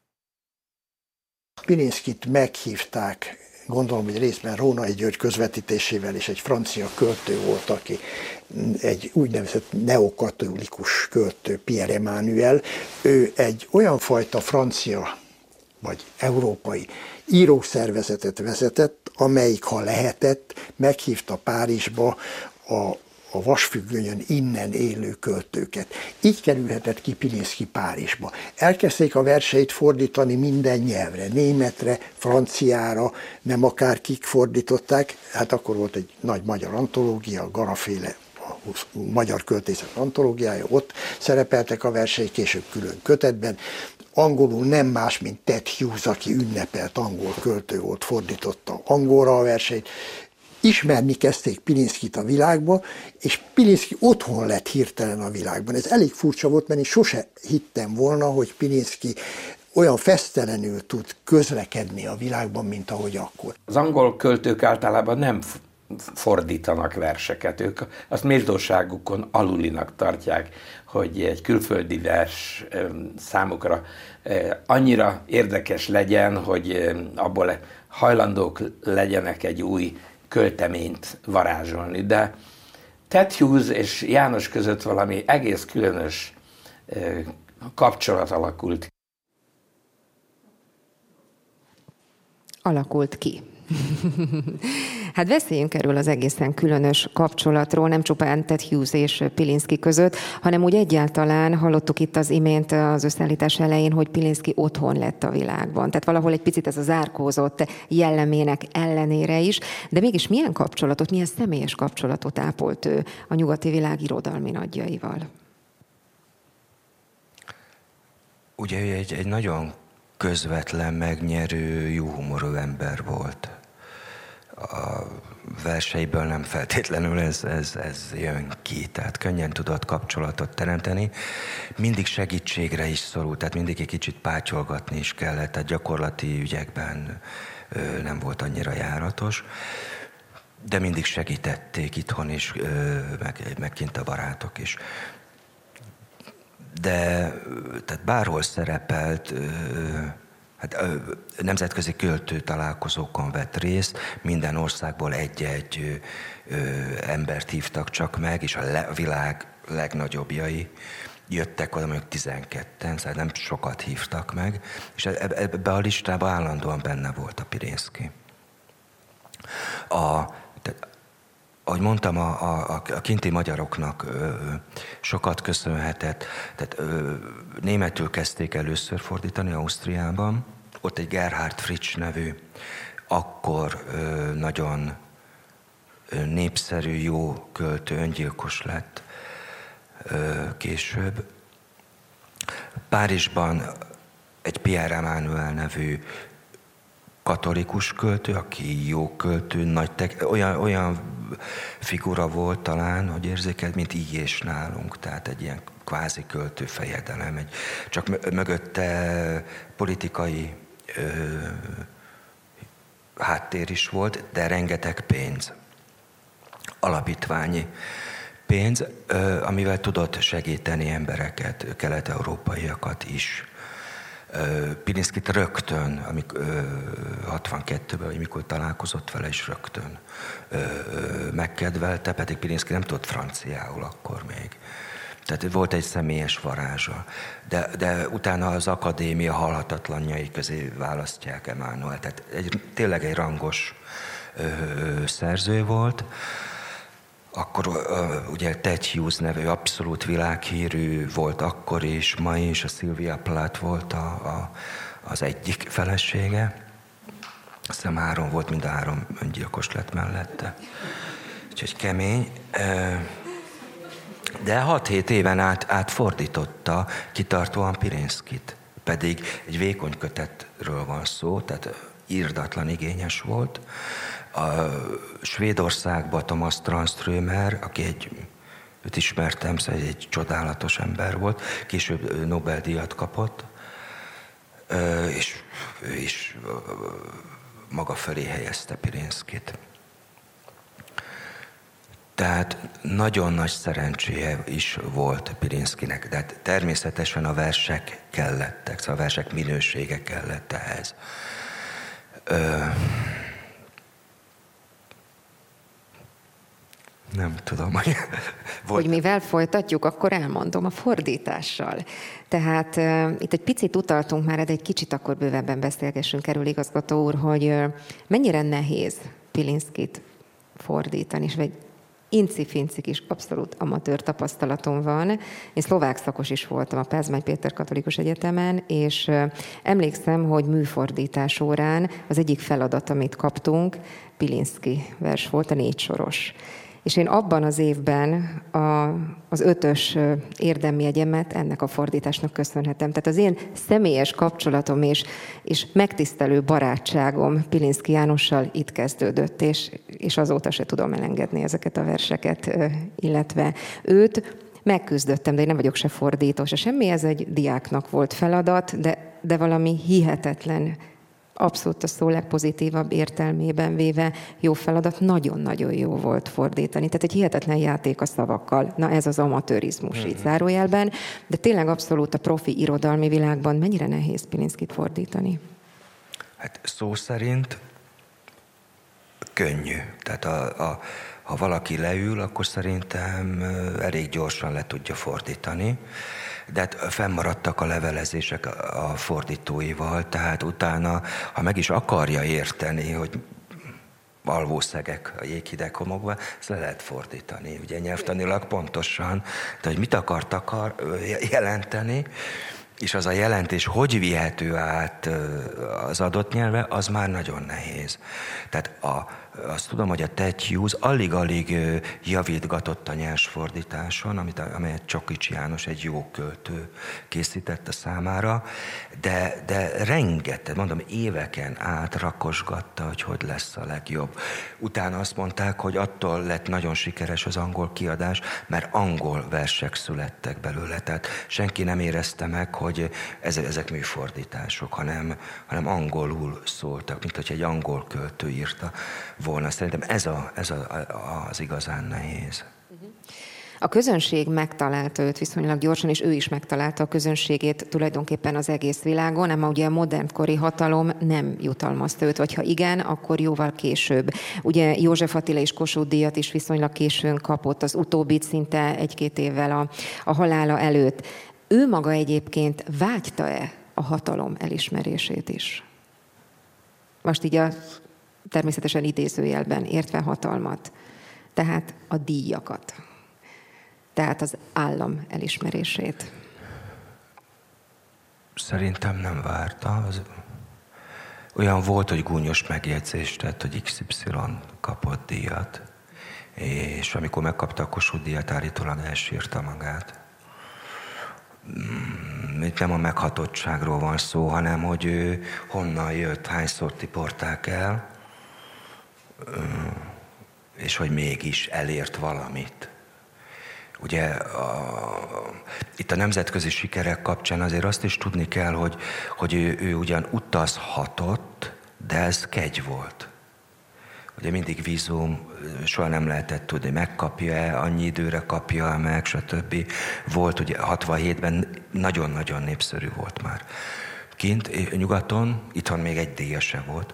Pilinszkit meghívták, gondolom, hogy részben Rónai György közvetítésével, és egy francia költő volt, aki egy úgynevezett neokatolikus költő, Pierre Emmanuel. Ő egy olyan fajta francia vagy európai írószervezetet vezetett, amelyik, ha lehetett, meghívta Párizsba a a vasfüggönyön innen élő költőket. Így kerülhetett ki Pilinszki Párizsba. Elkezdték a verseit fordítani minden nyelvre, németre, franciára, nem akárkik fordították, hát akkor volt egy nagy magyar antológia, a Garaféle, a magyar költészet antológiája, ott szerepeltek a versei, később külön kötetben. Angolul nem más, mint Ted Hughes, aki ünnepelt angol költő volt, fordította angolra a verseit. Ismerni kezdték Pilinszkit a világba, és Pilinszki otthon lett hirtelen a világban. Ez elég furcsa volt, mert én sose hittem volna, hogy Pilinszki olyan fesztelenül tud közlekedni a világban, mint ahogy akkor. Az angol költők általában nem fordítanak verseket, ők azt méltóságukon alulinak tartják, hogy egy külföldi vers számukra annyira érdekes legyen, hogy abból hajlandók legyenek egy új költeményt varázsolni. De Ted Hughes és János között valami egész különös kapcsolat alakult. Alakult ki. Hát beszéljünk erről az egészen különös kapcsolatról, nem csupán Ted Hughes és Pilinszki között, hanem úgy egyáltalán hallottuk itt az imént az összeállítás elején, hogy Pilinszki otthon lett a világban. Tehát valahol egy picit ez az zárkózott jellemének ellenére is, de mégis milyen kapcsolatot, milyen személyes kapcsolatot ápolt ő a nyugati világ irodalmi nagyjaival? Ugye ő egy, egy nagyon közvetlen, megnyerő, jó humorú ember volt. A, verseiből nem feltétlenül ez, ez, ez jön ki, tehát könnyen tudott kapcsolatot teremteni. Mindig segítségre is szorult, tehát mindig egy kicsit pátyolgatni is kellett, tehát gyakorlati ügyekben nem volt annyira járatos, de mindig segítették itthon is, meg, meg kint a barátok is. De tehát bárhol szerepelt, hát nemzetközi költő találkozókon vett részt, minden országból egy-egy embert hívtak csak meg, és a, le, a világ legnagyobbjai jöttek oda, mondjuk tizenketten, szóval nem sokat hívtak meg, és ebbe a listában állandóan benne volt a Pirinszky. A, tehát, ahogy mondtam, a, a, a kinti magyaroknak ö, sokat köszönhetett, tehát ö, németül kezdték először fordítani Ausztriában, ott egy Gerhard Fritsch nevű, akkor ö, nagyon ö, népszerű, jó költő, öngyilkos lett ö, később. Párizsban egy Pierre Emmanuel nevű katolikus költő, aki jó költő, nagy tek, olyan, olyan figura volt talán, hogy érzékelt, mint Ilyés nálunk, tehát egy ilyen kvázi költő fejedelem, egy, csak mögötte politikai ö, háttér is volt, de rengeteg pénz, alapítványi pénz, ö, amivel tudott segíteni embereket, kelet-európaiakat is. Pirinszkit rögtön, amikor hatvankettőben, vagy mikor találkozott vele, is rögtön megkedvelte, pedig Pirinszki nem tudott franciául akkor még. Tehát volt egy személyes varázsa. De, de utána az akadémia halhatatlanjai közé választják Emmanuel. Tehát egy, tényleg egy rangos ö, szerző volt. Akkor uh, ugye Ted Hughes nevű abszolút világhírű volt akkor is, ma is, a Sylvia Plath volt a, a, az egyik felesége. Azt hiszem három volt, mind a három öngyilkos lett mellette. Úgyhogy kemény. De hat-hét éven át, át fordította kitartóan Pirinszkit. Pedig egy vékony kötetről van szó, tehát irdatlan igényes volt. A Svédországban Thomas Tranströmer, aki egy, őt ismertem, szóval egy csodálatos ember volt, később Nobel-díjat kapott, és ő is maga felé helyezte Pirinszkit. Tehát nagyon nagy szerencséje is volt Pirinszkinek, de természetesen a versek kellettek, szóval a versek minősége kellett ehhez. Ö, Nem tudom, hogy... Hogy mivel folytatjuk, akkor elmondom a fordítással. Tehát uh, itt egy picit utaltunk már, de egy kicsit akkor bővebben beszélgessünk erről, igazgató úr, hogy uh, mennyire nehéz Pirinszkit fordítani, és egy inci-finci kis abszolút amatőr tapasztalatom van. Én szlovák szakos is voltam a Pázmány Péter Katolikus Egyetemen, és uh, emlékszem, hogy műfordítás órán az egyik feladat, amit kaptunk, Pirinszki vers volt, a négy soros. És én abban az évben a, az ötös érdemjegyemet ennek a fordításnak köszönhetem. Tehát az én személyes kapcsolatom és, és megtisztelő barátságom Pirinszki Jánossal itt kezdődött, és, és azóta se tudom elengedni ezeket a verseket, illetve őt megküzdöttem, de én nem vagyok se fordító, se semmi, ez egy diáknak volt feladat, de, de valami hihetetlen, abszolút a szó legpozitívabb értelmében véve jó feladat, nagyon-nagyon jó volt fordítani. Tehát egy hihetetlen játék a szavakkal. Na ez az amatőrizmus mm-hmm. így zárójelben, de tényleg abszolút a profi irodalmi világban mennyire nehéz Pirinszkit fordítani? Hát szó szerint könnyű. Tehát a, a, ha valaki leül, akkor szerintem elég gyorsan le tudja fordítani. De hát fennmaradtak a levelezések a fordítóival, tehát utána, ha meg is akarja érteni, hogy alvószegek a jéghideg homokban, ezt le lehet fordítani, ugye nyelvtanilag pontosan, de hogy mit akart akar jelenteni, és az a jelentés hogy vihető át az adott nyelvre, az már nagyon nehéz. Tehát a azt tudom, hogy a Ted Hughes alig-alig javítgatott a nyersfordításon, amit, amelyet Csokics János, egy jó költő készítette számára, de, de rengeteg, mondom, éveken át rakosgatta, hogy hogy lesz a legjobb. Utána azt mondták, hogy attól lett nagyon sikeres az angol kiadás, mert angol versek születtek belőle. Tehát senki nem érezte meg, hogy ezek műfordítások, hanem, hanem angolul szóltak, mint hogy egy angol költő írta volna. Szerintem ez, a, ez a, az igazán nehéz. A közönség megtalálta őt viszonylag gyorsan, és ő is megtalálta a közönségét tulajdonképpen az egész világon, nem ugye a modernkori hatalom nem jutalmazta őt, vagy ha igen, akkor jóval később. Ugye József Attila és Kossuth-díjat is viszonylag későn kapott, az utóbbit szinte egy-két évvel a, a halála előtt. Ő maga egyébként vágyta-e a hatalom elismerését is? Most így a természetesen idézőjelben értve hatalmat, tehát a díjakat, tehát az állam elismerését. Szerintem nem várta. Az olyan volt, hogy gúnyos megjegyzést tett, hogy iksz ipszilon kapott díjat, és amikor megkapta a Kossuth-díjat, állítólag elsírta magát. Itt nem a meghatottságról van szó, hanem hogy ő honnan jött, hányszor tiporták el, és hogy mégis elért valamit. Ugye a, itt a nemzetközi sikerek kapcsán azért azt is tudni kell, hogy, hogy ő, ő ugyan utazhatott, de ez kegy volt. Ugye mindig vízum, soha nem lehetett tudni, megkapja-e, annyi időre kapja meg, stb. Volt, ugye hatvanhétben nagyon-nagyon népszerű volt már. Kint, nyugaton, itthon még egy díja se volt.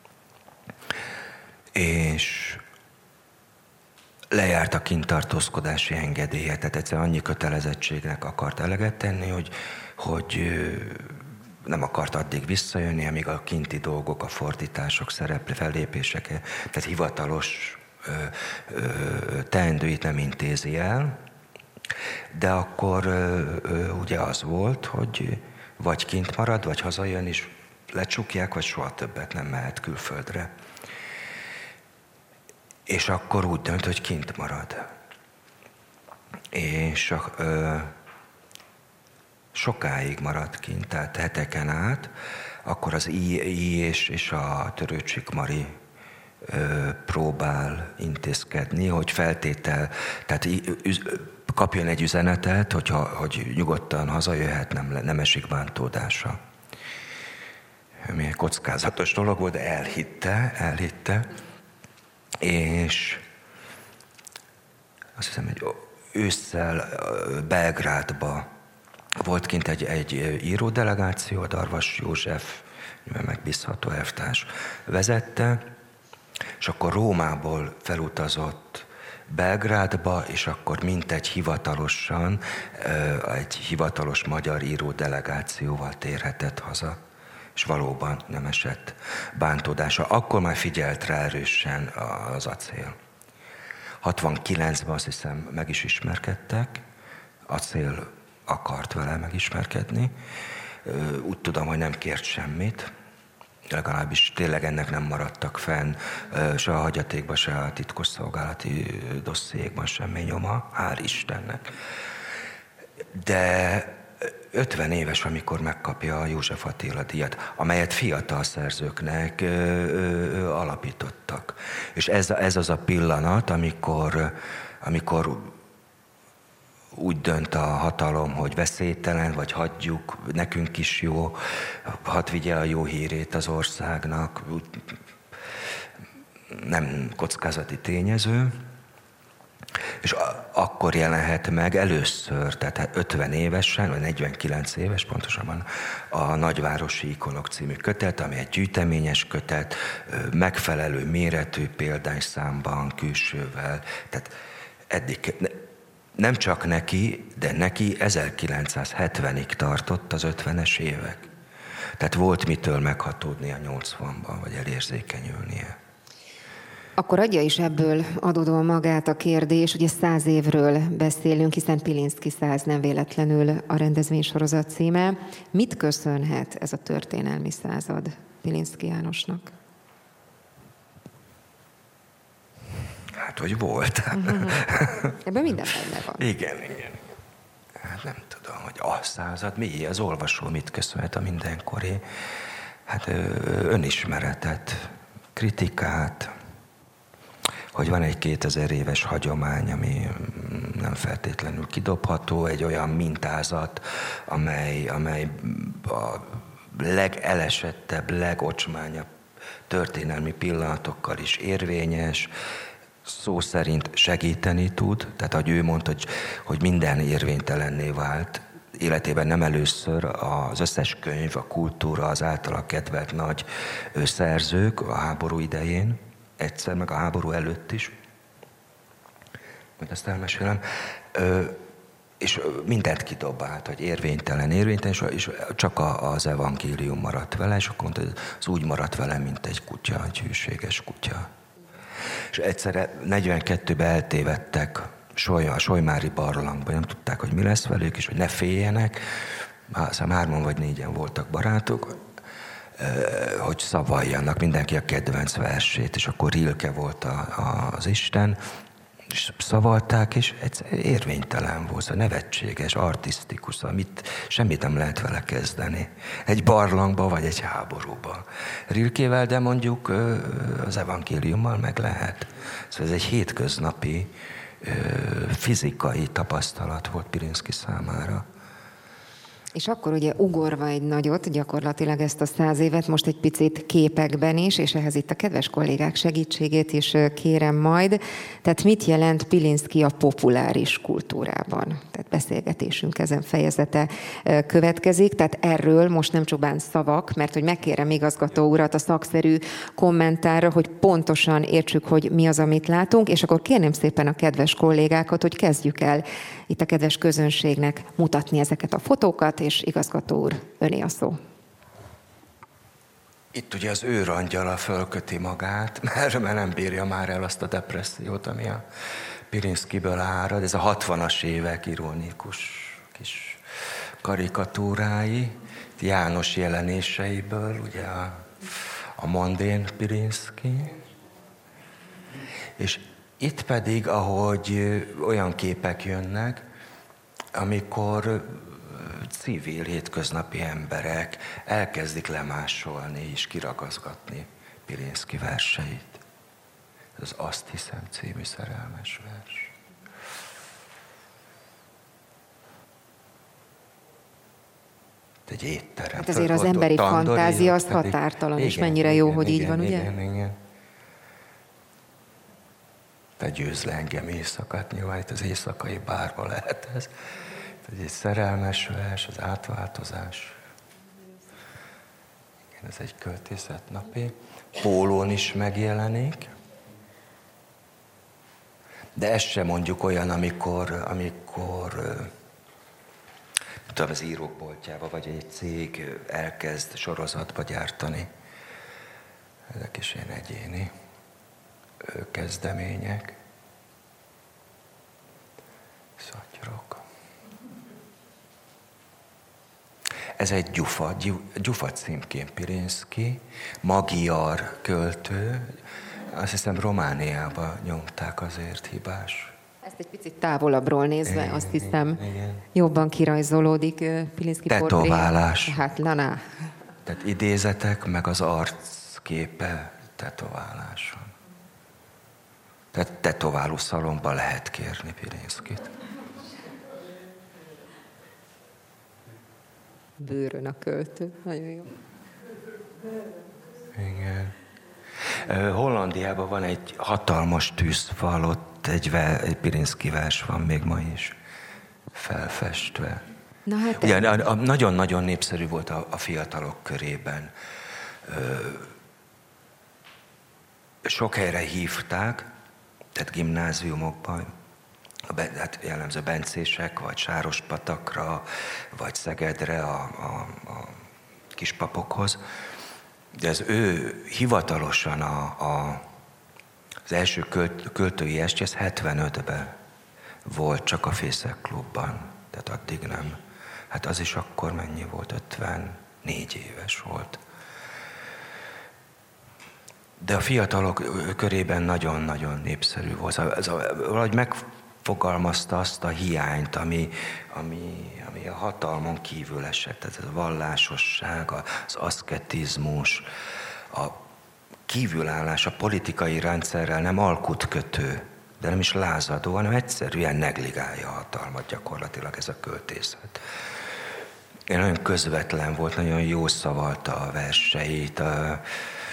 És lejárt a kintartózkodási engedélye, tehát egyszerűen annyi kötelezettségnek akart eleget tenni, hogy, hogy nem akart addig visszajönni, amíg a kinti dolgok, a fordítások, szereplő fellépések, tehát hivatalos ö, ö, teendőit nem intézi el, de akkor ö, ö, ugye az volt, hogy vagy kint marad, vagy hazajön, és lecsukják, vagy soha többet nem mehet külföldre. És akkor úgy dönt, hogy kint marad. És ö, sokáig maradt kint, tehát heteken át, akkor az I, I és, és a Törőcsik Mari ö, próbál intézkedni, hogy feltétel, tehát üz, kapjon egy üzenetet, hogyha, hogy nyugodtan hazajöhet, nem, nem esik bántódása. Ami egy kockázatos dolog volt, de elhitte, elhitte. És azt hiszem, hogy ősszel Belgrádba volt kint egy, egy íródelegáció, Darvas József, megbízható elvtárs vezette, és akkor Rómából felutazott Belgrádba, és akkor mintegy hivatalosan, egy hivatalos magyar íródelegációval térhetett haza. És valóban nem esett bántódása. Akkor már figyelt rá erősen az Acél. hatvankilencben azt hiszem meg is ismerkedtek, Acél akart vele megismerkedni. Úgy tudom, hogy nem kért semmit, legalábbis tényleg ennek nem maradtak fenn se a hagyatékban, se a titkosszolgálati dossziékban semmi nyoma, hál' Istennek. De ötven éves, amikor megkapja a József Attila díjat, amelyet fiatal szerzőknek ö, ö, alapítottak. És ez, ez az a pillanat, amikor, amikor úgy dönt a hatalom, hogy veszélytelen, vagy hagyjuk, nekünk is jó, hadd vigye a jó hírét az országnak, nem kockázati tényező. És akkor jelenhet meg először, tehát ötven évesen, vagy negyvenkilenc éves pontosabban a Nagyvárosi Ikonok című kötet, ami egy gyűjteményes kötet, megfelelő méretű példányszámban, külsővel. Tehát eddig nem csak neki, de neki ezerkilencszázhetvenig tartott az ötvenes évek. Tehát volt mitől meghatódni a nyolcvanban, vagy elérzékenyülnie. Akkor adja is ebből adódóan magát a kérdés, ugye száz évről beszélünk, hiszen Pilinszky száz nem véletlenül a rendezvénysorozat címe. Mit köszönhet ez a történelmi század Pilinszky Jánosnak? Hát, hogy volt. Ebben minden benne van. Igen, igen. Hát nem tudom, hogy a század mi, az olvasó mit köszönhet a mindenkori. Hát önismeretet, kritikát, hogy van egy kétezer éves hagyomány, ami nem feltétlenül kidobható, egy olyan mintázat, amely, amely a legelesettebb, legocsmányabb történelmi pillanatokkal is érvényes, szó szerint segíteni tud, tehát ahogy ő mondta, hogy, hogy minden érvénytelenné vált, életében nem először az összes könyv, a kultúra, az általa kedvelt nagy szerzők a háború idején, egyszer, meg a háború előtt is, majd ezt elmesélem, és mindent kidobált, hogy érvénytelen, érvénytelen, és csak az evangélium maradt vele, és akkor mondta, hogy az úgy maradt vele, mint egy kutya, egy hűséges kutya. És egyszerre negyvenkettőben eltévedtek a Solymári barlangban, nem tudták, hogy mi lesz velük, és hogy ne féljenek, aztán hárman vagy négyen voltak barátok, hogy szavaljanak mindenki a kedvenc versét, és akkor Rilke volt a, a, az Isten, és szavalták, és érvénytelen volt, szóval nevetséges, artisztikus, szóval mit, semmit nem lehet vele kezdeni. Egy barlangba, vagy egy háborúba. Rilkével, de mondjuk az evangéliummal meg lehet. Szóval ez egy hétköznapi fizikai tapasztalat volt Pilinszky számára. És akkor ugye ugorva egy nagyot, gyakorlatilag ezt a száz évet, most egy picit képekben is, és ehhez itt a kedves kollégák segítségét is kérem majd. Tehát mit jelent Pilinszky a populáris kultúrában? Tehát beszélgetésünk ezen fejezete következik, tehát erről most nem csupán szavak, mert hogy megkérem igazgató urat a szakszerű kommentárra, hogy pontosan értsük, hogy mi az, amit látunk, és akkor kérném szépen a kedves kollégákat, hogy kezdjük el itt a kedves közönségnek mutatni ezeket a fotókat, és igazgató úr, öné a szó. Itt ugye az őrangyala fölköti magát, mert, mert nem bírja már el azt a depressziót, ami a Pilinszkyből árad. Ez a hatvanas évek ironikus kis karikatúrái, János jelenéseiből, ugye a, a mondén Pilinszky. És itt pedig, ahogy olyan képek jönnek, amikor civil, hétköznapi emberek elkezdik lemásolni és kiragazgatni Pilinszky verseit. Ez Azt hiszem című szerelmes vers. Egy étterem. Hát azért az emberi fantázia az határtalan, és mennyire jó, hogy így van, ugye? Igen, igen. Te győzz le engem éjszakát, nyilván itt az éjszakai bárba lehet ez. Egy szerelmes vers, az átváltozás. Igen, ez egy költészetnapi. Pólón is megjelenik. De ez sem mondjuk olyan, amikor, amikor tudom, az írók boltjába, vagy egy cég elkezd sorozatba gyártani. Ezek is ilyen egyéni kezdemények. Szatyrok. Ez egy gyufa, gyufa címként Pilinszky, magyar költő, azt hiszem Romániába nyomták, azért hibás. Ezt egy picit távolabbról nézve, igen, azt hiszem, igen. Jobban kirajzolódik Pilinszky portré. Tetoválás. Hát, laná. Tehát idézetek, meg az arcképe tetováláson. Tehát tetováló szalomba lehet kérni Pilinszkyt. Bőrön a költő. Nagyon jó. Igen. Hollandiában van egy hatalmas tűzfal, ott egy, egy Pilinszky vers van még ma is felfestve. Na hát ugye, a, a, nagyon-nagyon népszerű volt a, a fiatalok körében. Ö, sok helyre hívták, tehát gimnáziumokban, a, hát jellemző bencések, vagy Sárospatakra, vagy Szegedre a, a, a kispapokhoz. De az ő hivatalosan a, a, az első költ, költői estje, ez hetvenötben volt csak a Fészek Klubban, tehát addig nem. Hát az is akkor mennyi volt? ötvennégy éves volt. de a fiatalok körében nagyon-nagyon népszerű volt. Ez a, valahogy megfogalmazta azt a hiányt, ami, ami, ami a hatalmon kívül esett. Ez a vallásosság, az aszketizmus, a kívülállás a politikai rendszerrel nem alkutkötő, de nem is lázadó, hanem egyszerűen negligálja a hatalmat gyakorlatilag ez a költészet. Én nagyon közvetlen volt, nagyon jó szavalta a verseit. A,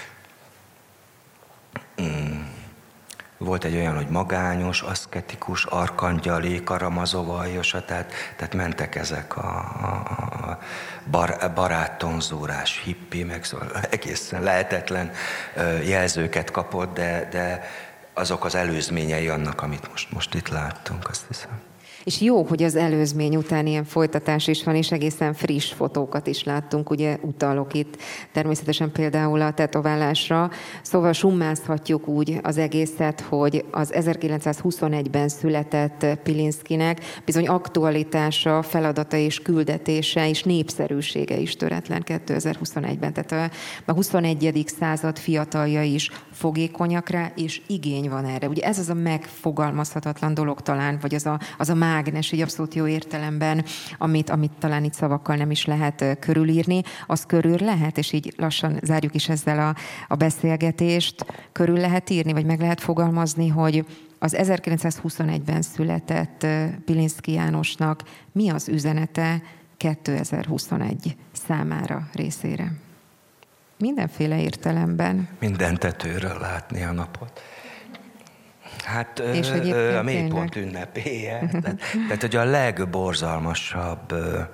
mm, volt egy olyan, hogy magányos, aszketikus, arkangyali, karamazovajos, tehát, tehát mentek ezek a, a bar, barátonzórás, hippi, meg szóval egészen lehetetlen jelzőket kapott, de, de azok az előzményei annak, amit most, most itt láttunk, azt hiszem. És jó, hogy az előzmény után ilyen folytatás is van, és egészen friss fotókat is láttunk, ugye utalok itt természetesen például a tetoválásra. Szóval summázhatjuk úgy az egészet, hogy az ezerkilencszázhuszonegyben született Pilinszkinek bizony aktualitása, feladata és küldetése és népszerűsége is töretlen kétezer-huszonegyben. Tehát a huszonegyedik század fiatalja is fogékonyak rá, és igény van erre. Ugye ez az a megfogalmazhatatlan dolog talán, vagy az a, az a mágnes, egy abszolút jó értelemben, amit, amit talán itt szavakkal nem is lehet körülírni, az körül lehet, és így lassan zárjuk is ezzel a, a beszélgetést, körül lehet írni, vagy meg lehet fogalmazni, hogy az ezerkilencszázhuszonegyben született Pilinszky Jánosnak mi az üzenete kétezer-huszonegy számára, részére? Mindenféle értelemben. Minden tetőről látni a napot. Hát és a mélypont ünnepéje. tehát, tehát, hogy a legborzalmasabb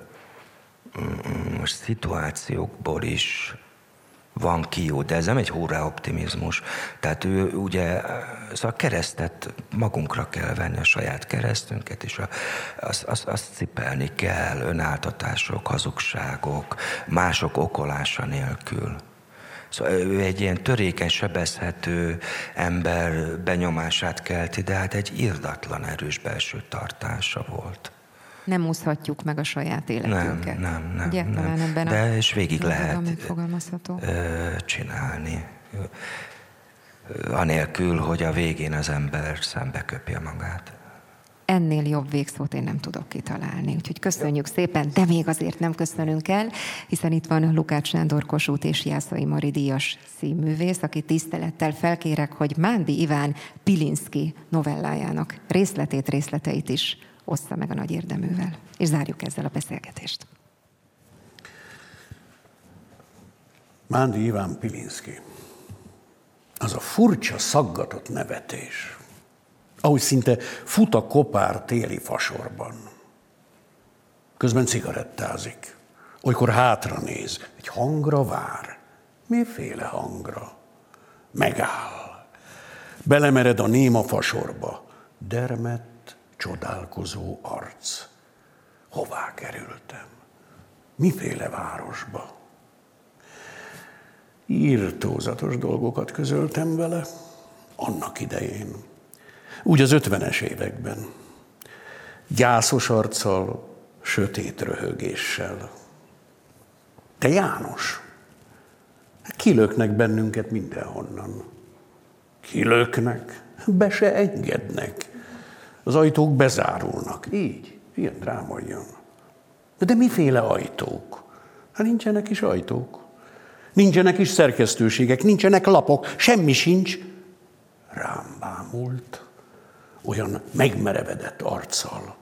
most szituációkból is van kiút, de ez nem egy hurrá optimizmus. Tehát ő ugye, szóval a keresztet magunkra kell venni, a saját keresztünket, és a, azt, azt, azt cipelni kell, önáltatások, hazugságok, mások okolása nélkül. Szóval ő egy ilyen törékeny, sebezhető ember benyomását kelti, de hát egy irdatlan erős belső tartása volt. Nem úszhatjuk meg a saját életünket. Nem, nem, nem. Ugye, nem. Ebben de a, és végig lehet ö, csinálni. Anélkül, hogy a végén az ember szembe köpje magát. Ennél jobb végszót én nem tudok kitalálni. Úgyhogy köszönjük szépen, de még azért nem köszönünk el, hiszen itt van Lukács Sándor Kossuth és Jászai Mari díjas színművész, aki tisztelettel felkérek, hogy Mándi Iván Pilinszky novellájának részletét, részleteit is ossza meg a nagy érdeművel. És zárjuk ezzel a beszélgetést. Mándi Iván Pilinszky. Az a furcsa, szaggatott nevetés, ahogy szinte fut a kopár téli fasorban. Közben cigarettázik. Olykor hátra néz, egy hangra vár. Miféle hangra? Megáll. Belemered a néma fasorba. Dermedt, csodálkozó arc. Hová kerültem? Miféle városba? Írtózatos dolgokat közöltem vele annak idején. Úgy az ötvenes években. Gyászos arccal, sötét röhögéssel. Te János, kilöknek bennünket mindenhonnan. Kilöknek, be se engednek. Az ajtók bezárulnak. Így, ilyen drámaian. De miféle ajtók? Hát nincsenek is ajtók. Nincsenek is szerkesztőségek, nincsenek lapok, semmi sincs. Rám bámult, olyan megmerevedett arccal.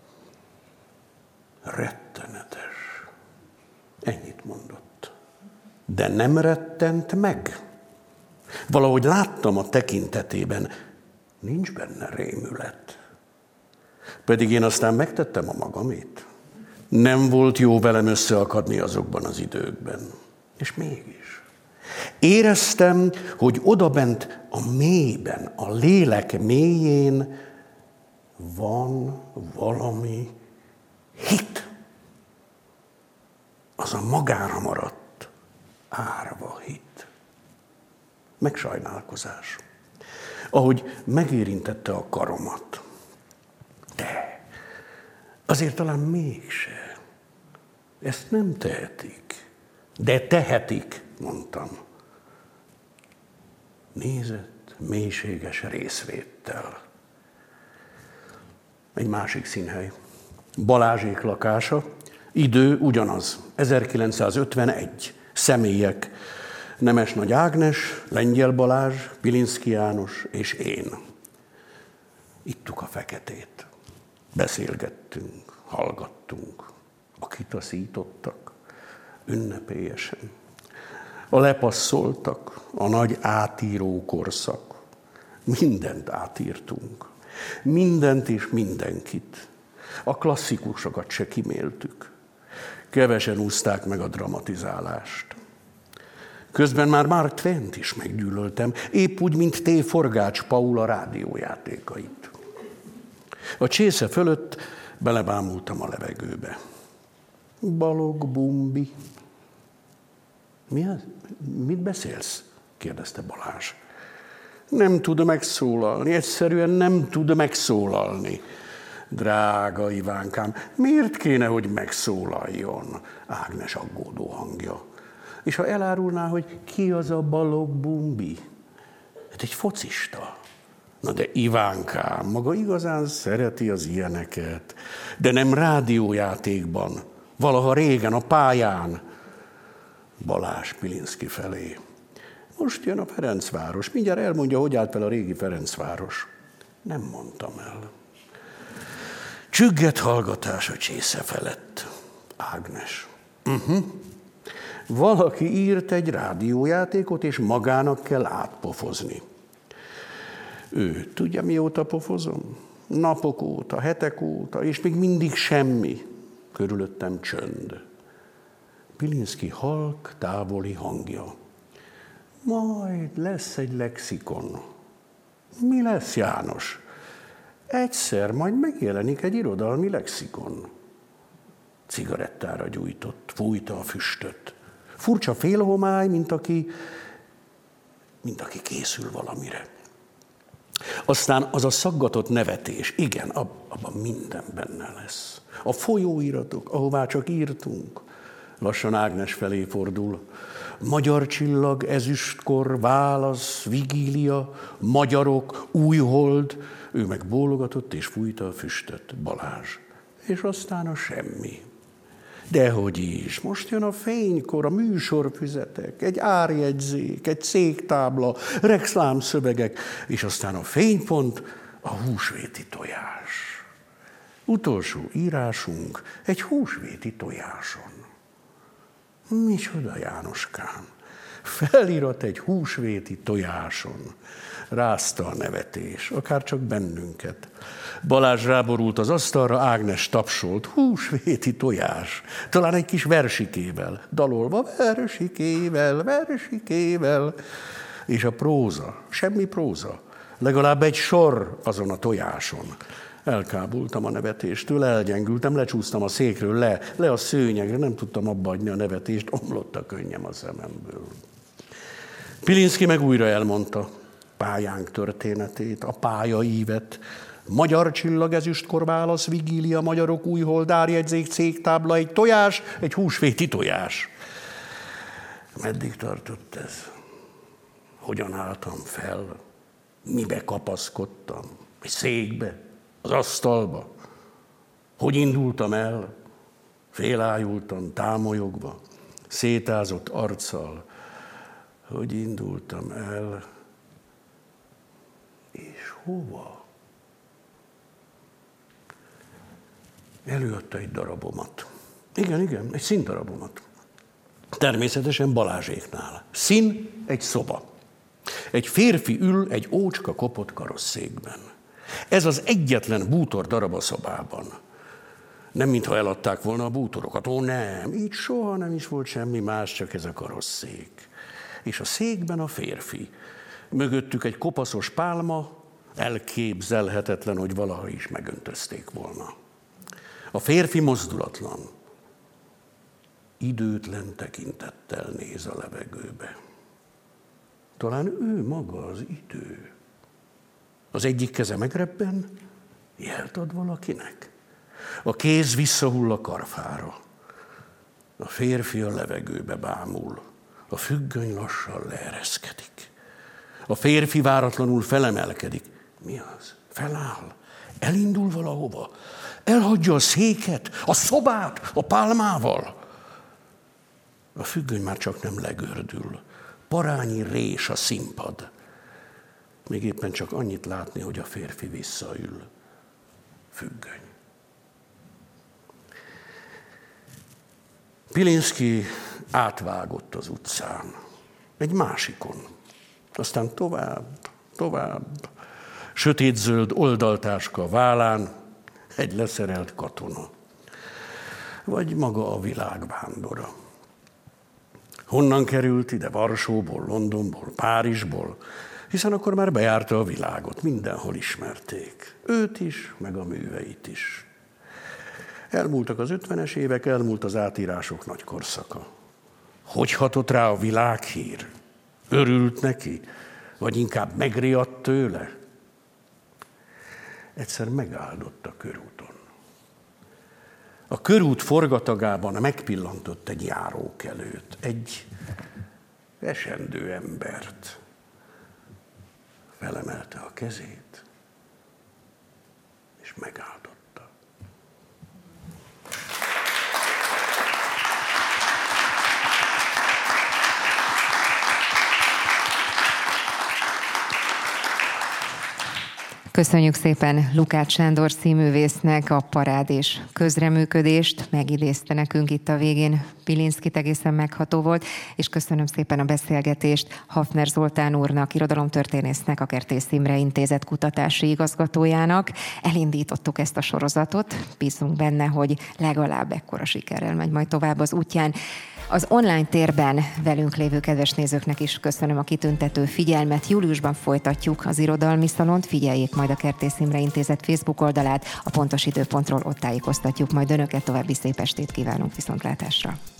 Rettenetes. Ennyit mondott. De nem rettent meg. Valahogy láttam a tekintetében, nincs benne rémület. Pedig én aztán megtettem a magamét. Nem volt jó velem összeakadni azokban az időkben. És mégis. Éreztem, hogy odabent a mélyben, a lélek mélyén van valami hit. Az a magára maradt árva hit. Megsajnálkozás. Ahogy megérintette a karomat. De azért talán mégse. Ezt nem tehetik. De tehetik, mondtam. nézett mélységes részvéttel. Egy másik színhely. Balázsék lakása, idő ugyanaz, ezerkilencszázötvenegy, személyek, Nemes Nagy Ágnes, Lengyel Balázs, Pilinszky János és én. Ittuk a feketét, beszélgettünk, hallgattunk, akit taszítottak, ünnepélyesen. A lepasszoltak, a nagy átíró korszak. Mindent átírtunk. Mindent és mindenkit. A klasszikusokat se kiméltük. Kevesen úszták meg a dramatizálást. Közben már Mark Twaint is meggyűlöltem, épp úgy, mint T. Forgács Paul a rádiójátékait. A csésze fölött belebámultam a levegőbe. Balog, Bumbi. Mi az? Mit beszélsz? Kérdezte Balázs. Nem tud megszólalni, egyszerűen nem tud megszólalni. Drága Ivánkám, miért kéne, hogy megszólaljon? Ágnes aggódó hangja. És ha elárulná, hogy ki az a Balog Bumbi? Hát egy focista. Na de Ivánkám, maga igazán szereti az ilyeneket, de nem rádiójátékban, valaha régen a pályán. Balázs Pilinszky felé. Most jön a Ferencváros, mindjárt elmondja, hogy állt fel a régi Ferencváros. Nem mondtam el. Csüggett hallgatás a csésze felett. Ágnes. Uh-huh. Valaki írt egy rádiójátékot, és magának kell átpofozni. Ő, tudja, mióta pofozom? Napok óta, hetek óta, és még mindig semmi. Körülöttem csönd. Pilinszky halk, távoli hangja. Majd lesz egy lexikon. Mi lesz, János? Egyszer majd megjelenik egy irodalmi lexikon. Cigarettára gyújtott, fújta a füstöt. Furcsa félhomály, mint aki, mint aki készül valamire. Aztán az a szaggatott nevetés, igen, abban minden benne lesz. A folyóiratok, ahová csak írtunk. Lassan Ágnes felé fordul. Magyar csillag, ezüstkor, válasz, vigília, magyarok, újhold. Ő meg bólogatott és fújta a füstöt, Balázs. És aztán a semmi. Dehogy is, most jön a fénykor, a műsorfüzetek, egy árjegyzék, egy cégtábla, reklámszövegek, és aztán a fénypont, a húsvéti tojás. Utolsó írásunk egy húsvéti tojáson. Micsoda, Jánoskám? Felirat egy húsvéti tojáson. Rázta a nevetés, akár csak bennünket. Balázs ráborult az asztalra, Ágnes tapsolt. Húsvéti tojás. Talán egy kis versikével. Dalolva versikével, versikével. És a próza. Semmi próza. Legalább egy sor azon a tojáson. Elkábultam a nevetéstől, elgyengültem, lecsúsztam a székről, le, le a szőnyegre, nem tudtam abba hagyni a nevetést, omlott a könnyem a szememből. Pilinszky meg újra elmondta pályánk történetét, a pályaívet. Magyar csillag, ezüstkor, válasz, vigília, magyarok, újhold, árjegyzék, cégtábla, egy tojás, egy húsvéti tojás. Meddig tartott ez? Hogyan álltam fel? Mibe kapaszkodtam? Egy székbe? Az asztalba? Hogy indultam el? Félájultan, támolyogva, szétázott arccal. Hogy indultam el? És hova? Előadta egy darabomat. Igen, igen, egy színdarabomat. Természetesen Balázséknál. Szín, egy szoba. Egy férfi ül egy ócska kopott karosszékben. Ez az egyetlen bútor darab a szobában. Nem mintha eladták volna a bútorokat. Ó, nem, így soha nem is volt semmi más, csak ez a karosszék. És a székben a férfi. Mögöttük egy kopaszos pálma, elképzelhetetlen, hogy valaha is megöntözték volna. A férfi mozdulatlan, időtlen tekintettel néz a levegőbe. Talán ő maga az idő. Az egyik keze megrebben, jelt ad valakinek. A kéz visszahull a karfára. A férfi a levegőbe bámul. A függöny lassan leereszkedik. A férfi váratlanul felemelkedik. Mi az? Feláll. Elindul valahova. Elhagyja a széket, a szobát, a pálmával. A függöny már csak nem legördül. Parányi rés a színpad. Még éppen csak annyit látni, hogy a férfi visszaül. Függöny. Pilinszky átvágott az utcán. Egy másikon. Aztán tovább, tovább. Sötétzöld oldaltáska a vállán, egy leszerelt katona. Vagy maga a világvándora. Honnan került ide? Varsóból, Londonból, Párizsból? Hiszen akkor már bejárta a világot, mindenhol ismerték. Őt is, meg a műveit is. Elmúltak az ötvenes évek, elmúlt az átírások nagy korszaka. Hogy hatott rá a világhír? Örült neki? Vagy inkább megriadt tőle? Egyszer megáldott a körúton. A körút forgatagában megpillantott egy járókelőt, egy esendő embert. Felemelte a kezét, és megáldotta. Köszönjük szépen Lukács Sándor színművésznek a parád és közreműködést, megidézte nekünk itt a végén. Pilinszkyt egészen megható volt, és köszönöm szépen a beszélgetést Hafner Zoltán úrnak, irodalomtörténésznek, a Kertész Imre Intézet kutatási igazgatójának. Elindítottuk ezt a sorozatot, bízunk benne, hogy legalább ekkora sikerrel megy majd tovább az útján. Az online térben velünk lévő kedves nézőknek is köszönöm a kitüntető figyelmet. Júliusban folytatjuk az irodalmi szalont, figyeljék majd a Kertész Imre Intézet Facebook oldalát, a pontos időpontról ott tájékoztatjuk majd önöket, további szép estét kívánunk, viszontlátásra!